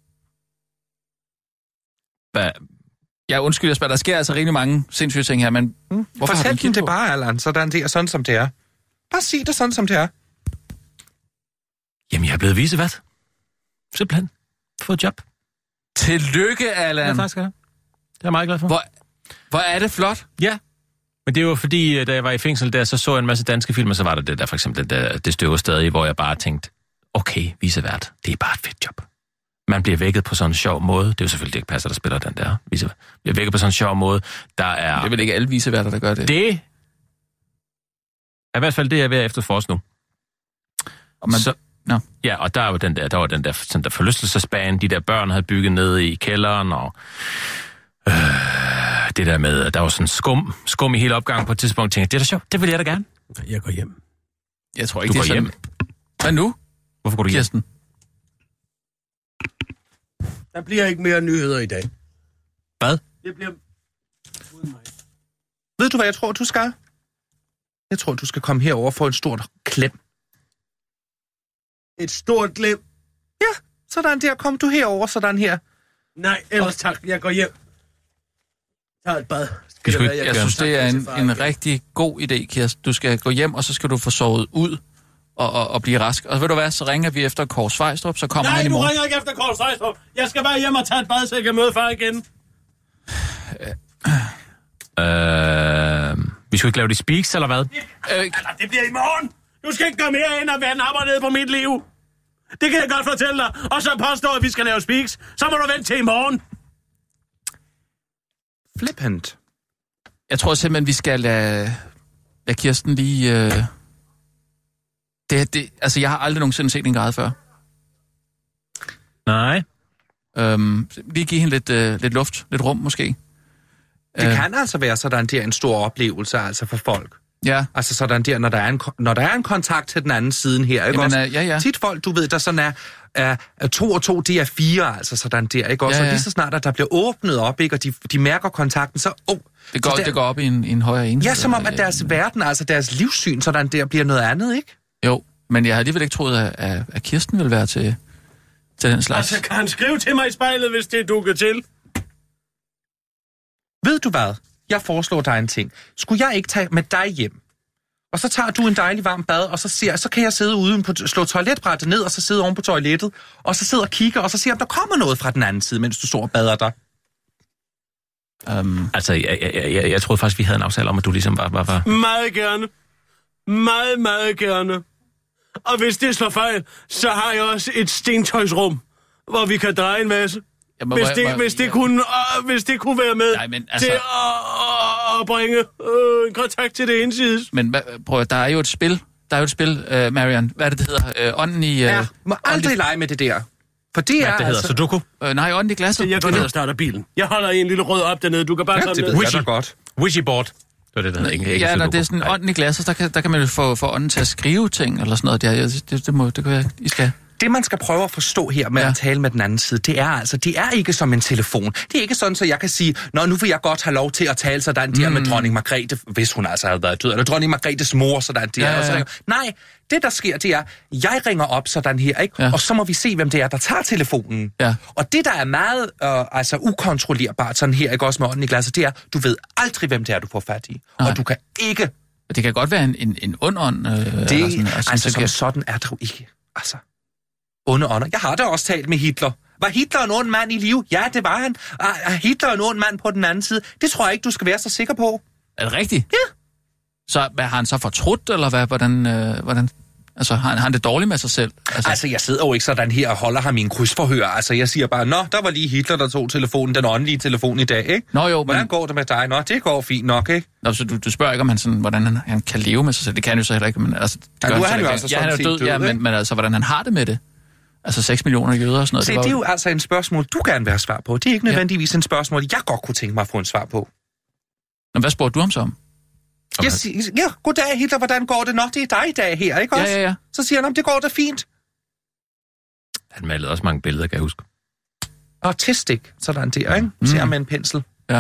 Hvad? Ja, undskyld, jeg spørger, der sker altså rigtig mange sindssyge ting her, men mm. hvorfor Fortæl har du en kittel det bare, Allan, sådan det er sådan, som det er. Bare sig det sådan, som det er. Jamen, jeg er blevet vicevært. Simpelthen. Fået job. Tillykke, Allan. Ja, tak skal jeg. Det er jeg meget glad for. Hvor, hvor er det flot. Ja. Men det er jo fordi, da jeg var i fængsel der, så så jeg en masse danske film, og så var der det der, for eksempel det, der, det støver stadig, hvor jeg bare tænkte, okay, vicevært, det er bare et fedt job. Man bliver vækket på sådan en sjov måde. Det er jo selvfølgelig det ikke passer, der spiller den der vicevært. Bliver vækket på sådan en sjov måde. Der er... Det er vel ikke alle viceværter, der gør det? Det er i hvert fald det, jeg er ved at efterforske nu. Og man... Så... No. Ja, og der var den der, der var den der, sådan der forlystelsesbane, de der børn havde bygget nede i kælderen, og øh, det der med, der var sådan skum, skum i hele opgangen på et tidspunkt, tænkte, det er da sjovt, det vil jeg da gerne. Jeg går hjem. Jeg tror ikke, du det er går sådan. Hjem. Hvad nu? Hvorfor går du Kirsten? Hjem? Der bliver ikke mere nyheder i dag. Hvad? Det bliver... Ved du, hvad jeg tror, du skal? Jeg tror, du skal komme herover for et stort klem. Et stort klem? Ja, sådan der. Kom du herover, sådan her. Nej, ellers tak. Jeg går hjem. Tag et bad. Skal det være, jeg jeg synes, det er en, en rigtig god idé, Kirsten. Du skal gå hjem, og så skal du få sovet ud og, og, og blive rask. Og ved du hvad, så ringer vi efter Kåre Svejstrup, så kommer Nej, han i morgen. Nej, du ringer ikke efter Kåre Svejstrup. Jeg skal bare hjem og tage et bad, så jeg kan møde far igen. Øh, vi skal ikke lave de speaks, eller hvad? Det, øh, eller det bliver i morgen. Du skal ikke gøre mere end at være napper ned på mit liv. Det kan jeg godt fortælle dig. Og så påstår, at vi skal lave speaks. Så må du vente til i morgen. Flippant. Jeg tror simpelthen, vi skal lade, lade Kirsten lige... Øh... Det, det, altså, jeg har aldrig nogensinde set en grad før. Nej. Øhm, lige give hende lidt, øh, lidt luft, lidt rum måske. Det øh. kan altså være sådan der en stor oplevelse altså for folk. Ja. Altså sådan der, når der er en, når der er en kontakt til den anden side her, ikke også? Øh, ja, ja. Tit folk, du ved, der sådan er, er, er to og to, det er fire, altså sådan der, ikke også? Ja, ja. Og lige så snart, at der bliver åbnet op, ikke, og de, de mærker kontakten, så... Oh, det, går, så der, det går op i en, i en højere enhed. Ja, som om, at deres verden, altså deres livssyn, sådan der bliver noget andet, ikke? Jo, men jeg havde alligevel ikke troet, at, at, at Kirsten ville være til, til den slags. Altså, kan han skrive til mig i spejlet, hvis det dukker til? Ved du hvad? Jeg foreslår dig en ting. Skulle jeg ikke tage med dig hjem? Og så tager du en dejlig varm bad, og så, ser, så kan jeg sidde uden på, slå toiletbrættet ned, og så sidde oven på toilettet, og så sidde og kigge, og så se, om der kommer noget fra den anden side, mens du står og bader dig. Um, altså, jeg, jeg, jeg, jeg troede faktisk, vi havde en aftale om, at du ligesom var... var, var... Meget gerne. Meget, meget gerne. Og hvis det slår fejl, så har jeg også et stentøjsrum, hvor vi kan dreje en masse. Jamen, hvis, det, hvor, hvis, det ja. kunne, øh, hvis det kunne være med Nej, men, altså... til at, at bringe øh, en kontakt til det ensides. Men prøv at, der er jo et spil, der er jo et spil, uh, Marian, hvad er det, det hedder? Uh, ånden i... Uh, ja, må aldrig i... lege med det der. For det hvad er det hedder, altså... Sudoku? Uh, nej, ånden i glasset. Jeg går ned og starter bilen. Jeg holder i en lille rød op dernede, du kan bare ja, komme det ned. ved jeg da godt. Wishy-board. Det er det, der hedder. Ikke, ikke ja, når det er sådan ånden i glasset, der kan, der kan man jo få, få ånden til at skrive ting, eller sådan noget der. Det, det, det, må, det kan være, I skal... Det, man skal prøve at forstå her med ja. at tale med den anden side, det er altså, det er ikke som en telefon. Det er ikke sådan, så jeg kan sige, nå, nu vil jeg godt have lov til at tale sådan der mm. med dronning Margrethe, hvis hun altså havde været død, eller dronning Margrethes mor, sådan der. Ja, ja, ja. Nej, det der sker, det er, jeg ringer op sådan her, ikke? Ja. Og så må vi se, hvem det er, der tager telefonen. Ja. Og det, der er meget øh, altså ukontrollerbart sådan her, ikke også med ånden i glasset, det er, du ved aldrig, hvem det er, du får fat i. Nej. Og du kan ikke... Det kan godt være en, en, en ond ånd. Øh, det, eller sådan, altså, altså som sådan er det jo ikke. Altså... Onde ånder. Jeg har da også talt med Hitler. Var Hitler en ond mand i live? Ja, det var han. Er Hitler en ond mand på den anden side? Det tror jeg ikke, du skal være så sikker på. Er det rigtigt? Ja. Så hvad, har han så fortrudt, eller hvad? Hvordan, øh, hvordan? Altså, har han, har han det dårligt med sig selv? Altså... altså, jeg sidder jo ikke sådan her og holder ham i en krydsforhør. Altså, jeg siger bare, nå, der var lige Hitler, der tog telefonen, den åndelige telefon i dag, ikke? Nå jo, hvordan men... går det med dig? Nå, det går fint nok, ikke? Nå, så du, du spørger ikke, om han sådan, hvordan han, han kan leve med sig selv. Det kan han jo så heller ikke, men altså... Ja, nu er han jo altså ja, han er død, død, ja, men, men altså, hvordan han har det med det? Altså seks millioner jøder og sådan noget. Se, det, det er jo altså en spørgsmål, du gerne vil have svar på. Det er ikke nødvendigvis ja. en spørgsmål, jeg godt kunne tænke mig at få en svar på. Nå, hvad spurgte du ham så om? Okay. Jeg siger, ja, goddag Hitler, hvordan går det? Nå, det er dig i dag her, ikke også? Ja, ja, ja. Så siger han, det går da fint. Han malede også mange billeder, kan jeg huske. Og testik, sådan der, ikke? Mm. Ser med en pensel. Ja.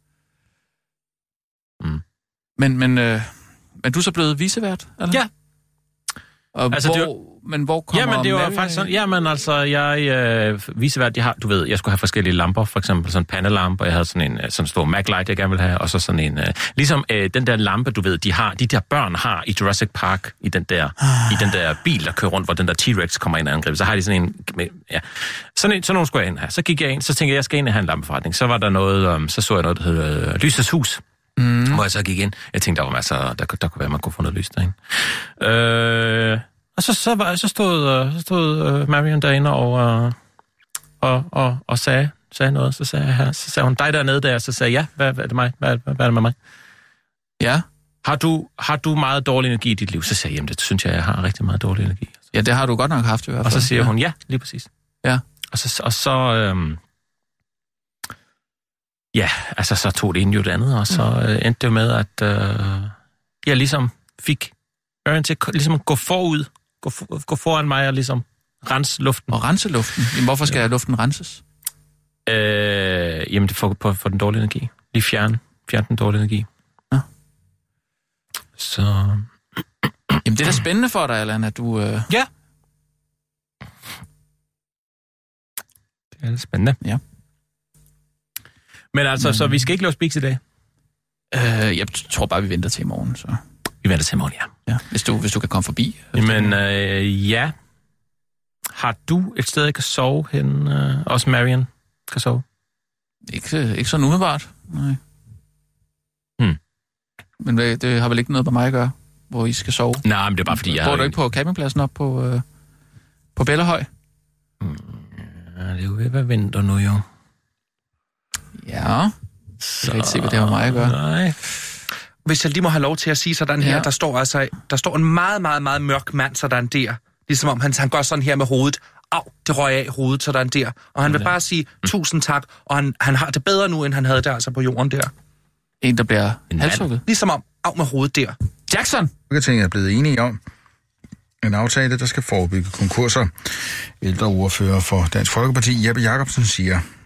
Mm. Men, men, øh, er du så blevet vicevært, eller? Ja. Og altså, hvor, det var... Men hvor kommer... Jamen, det var Marian faktisk sådan... Jamen, altså, jeg øh, vicevært, jeg har... Du ved, jeg skulle have forskellige lamper, for eksempel sådan en pandelampe, jeg havde sådan en sådan stor Mac-light, jeg gerne ville have, og så sådan en... Øh, ligesom øh, den der lampe, du ved, de har, de der børn har i Jurassic Park, i den der, i den der bil, der kører rundt, hvor den der T-Rex kommer ind og angriber, så har de sådan en... Med, ja. Sådan en, sådan nogle skulle jeg ind her. Så gik jeg ind, så tænkte jeg, jeg skal ind og have en lampeforretning. Så var der noget, um, så så jeg noget, der hedder øh, Lysets Hus. Mm. Hvor jeg så gik ind. Jeg tænkte, der var masser, der, der kunne være, man kunne få noget lys derinde. Øh... Og så, så, var, så stod, så stod uh, Marian derinde og, uh, og, og, og sagde, sagde noget. Så sagde, jeg, så sagde hun, dig dernede der. Så sagde jeg, ja, hvad, hvad er det mig? Hvad, hvad, hvad er det med mig? Ja. Har du, har du meget dårlig energi i dit liv? Så sagde jeg, jamen det synes jeg, jeg har rigtig meget dårlig energi. Ja, det har du godt nok haft i hvert fald. Og så siger ja. hun, ja, lige præcis. Ja. Og så, og så øhm, ja, altså så tog det ene jo det andet, og så øh, endte det med, at øh, jeg ligesom fik Marian til ligesom gå forud, gå, for, gå foran mig og ligesom rense luften. Og rense luften? Jamen, hvorfor skal ja. luften renses? Øh, jamen, det får for, for den dårlige energi. Lige fjerne, fjerne den dårlige energi. Ja. Så... Jamen, det er da spændende for dig, Allan, at du... Øh... Ja. Det er spændende. Ja. Men altså, Men... så vi skal ikke lave speaks i dag? Øh, jeg tror bare, vi venter til i morgen, så... Vi venter til i morgen, ja. ja hvis, du, hvis du kan komme forbi. Men øh, ja. Har du et sted, jeg kan sove hen? Øh, også Marian kan sove? Ikke, ikke sådan umiddelbart, nej. Hmm. Men det, det har vel ikke noget med mig at gøre, hvor I skal sove? Nej, men det er bare fordi, jeg Bor har... du ikke på campingpladsen op på, øh, på På Bellahøj? Mm, ja, det er jo ved at være vinter nu, jo. Ja. Så jeg kan ikke se, hvad det har med mig at gøre. Nej. Hvis jeg lige må have lov til at sige sådan her, Ja. der står altså, der står en meget, meget, meget mørk mand sådan der. Ligesom om han, han gør sådan her med hovedet. Au, det røg af hovedet sådan der. Og han vil bare sige tusind tak, og han, han har det bedre nu, end han havde det altså på jorden der. En, der bliver halshugget? Ligesom om, af med hovedet der. Jackson! Folketinget er blevet enige om en aftale, der skal forebygge konkurser. Ældreordfører for Dansk Folkeparti, Jeppe Jacobsen, siger,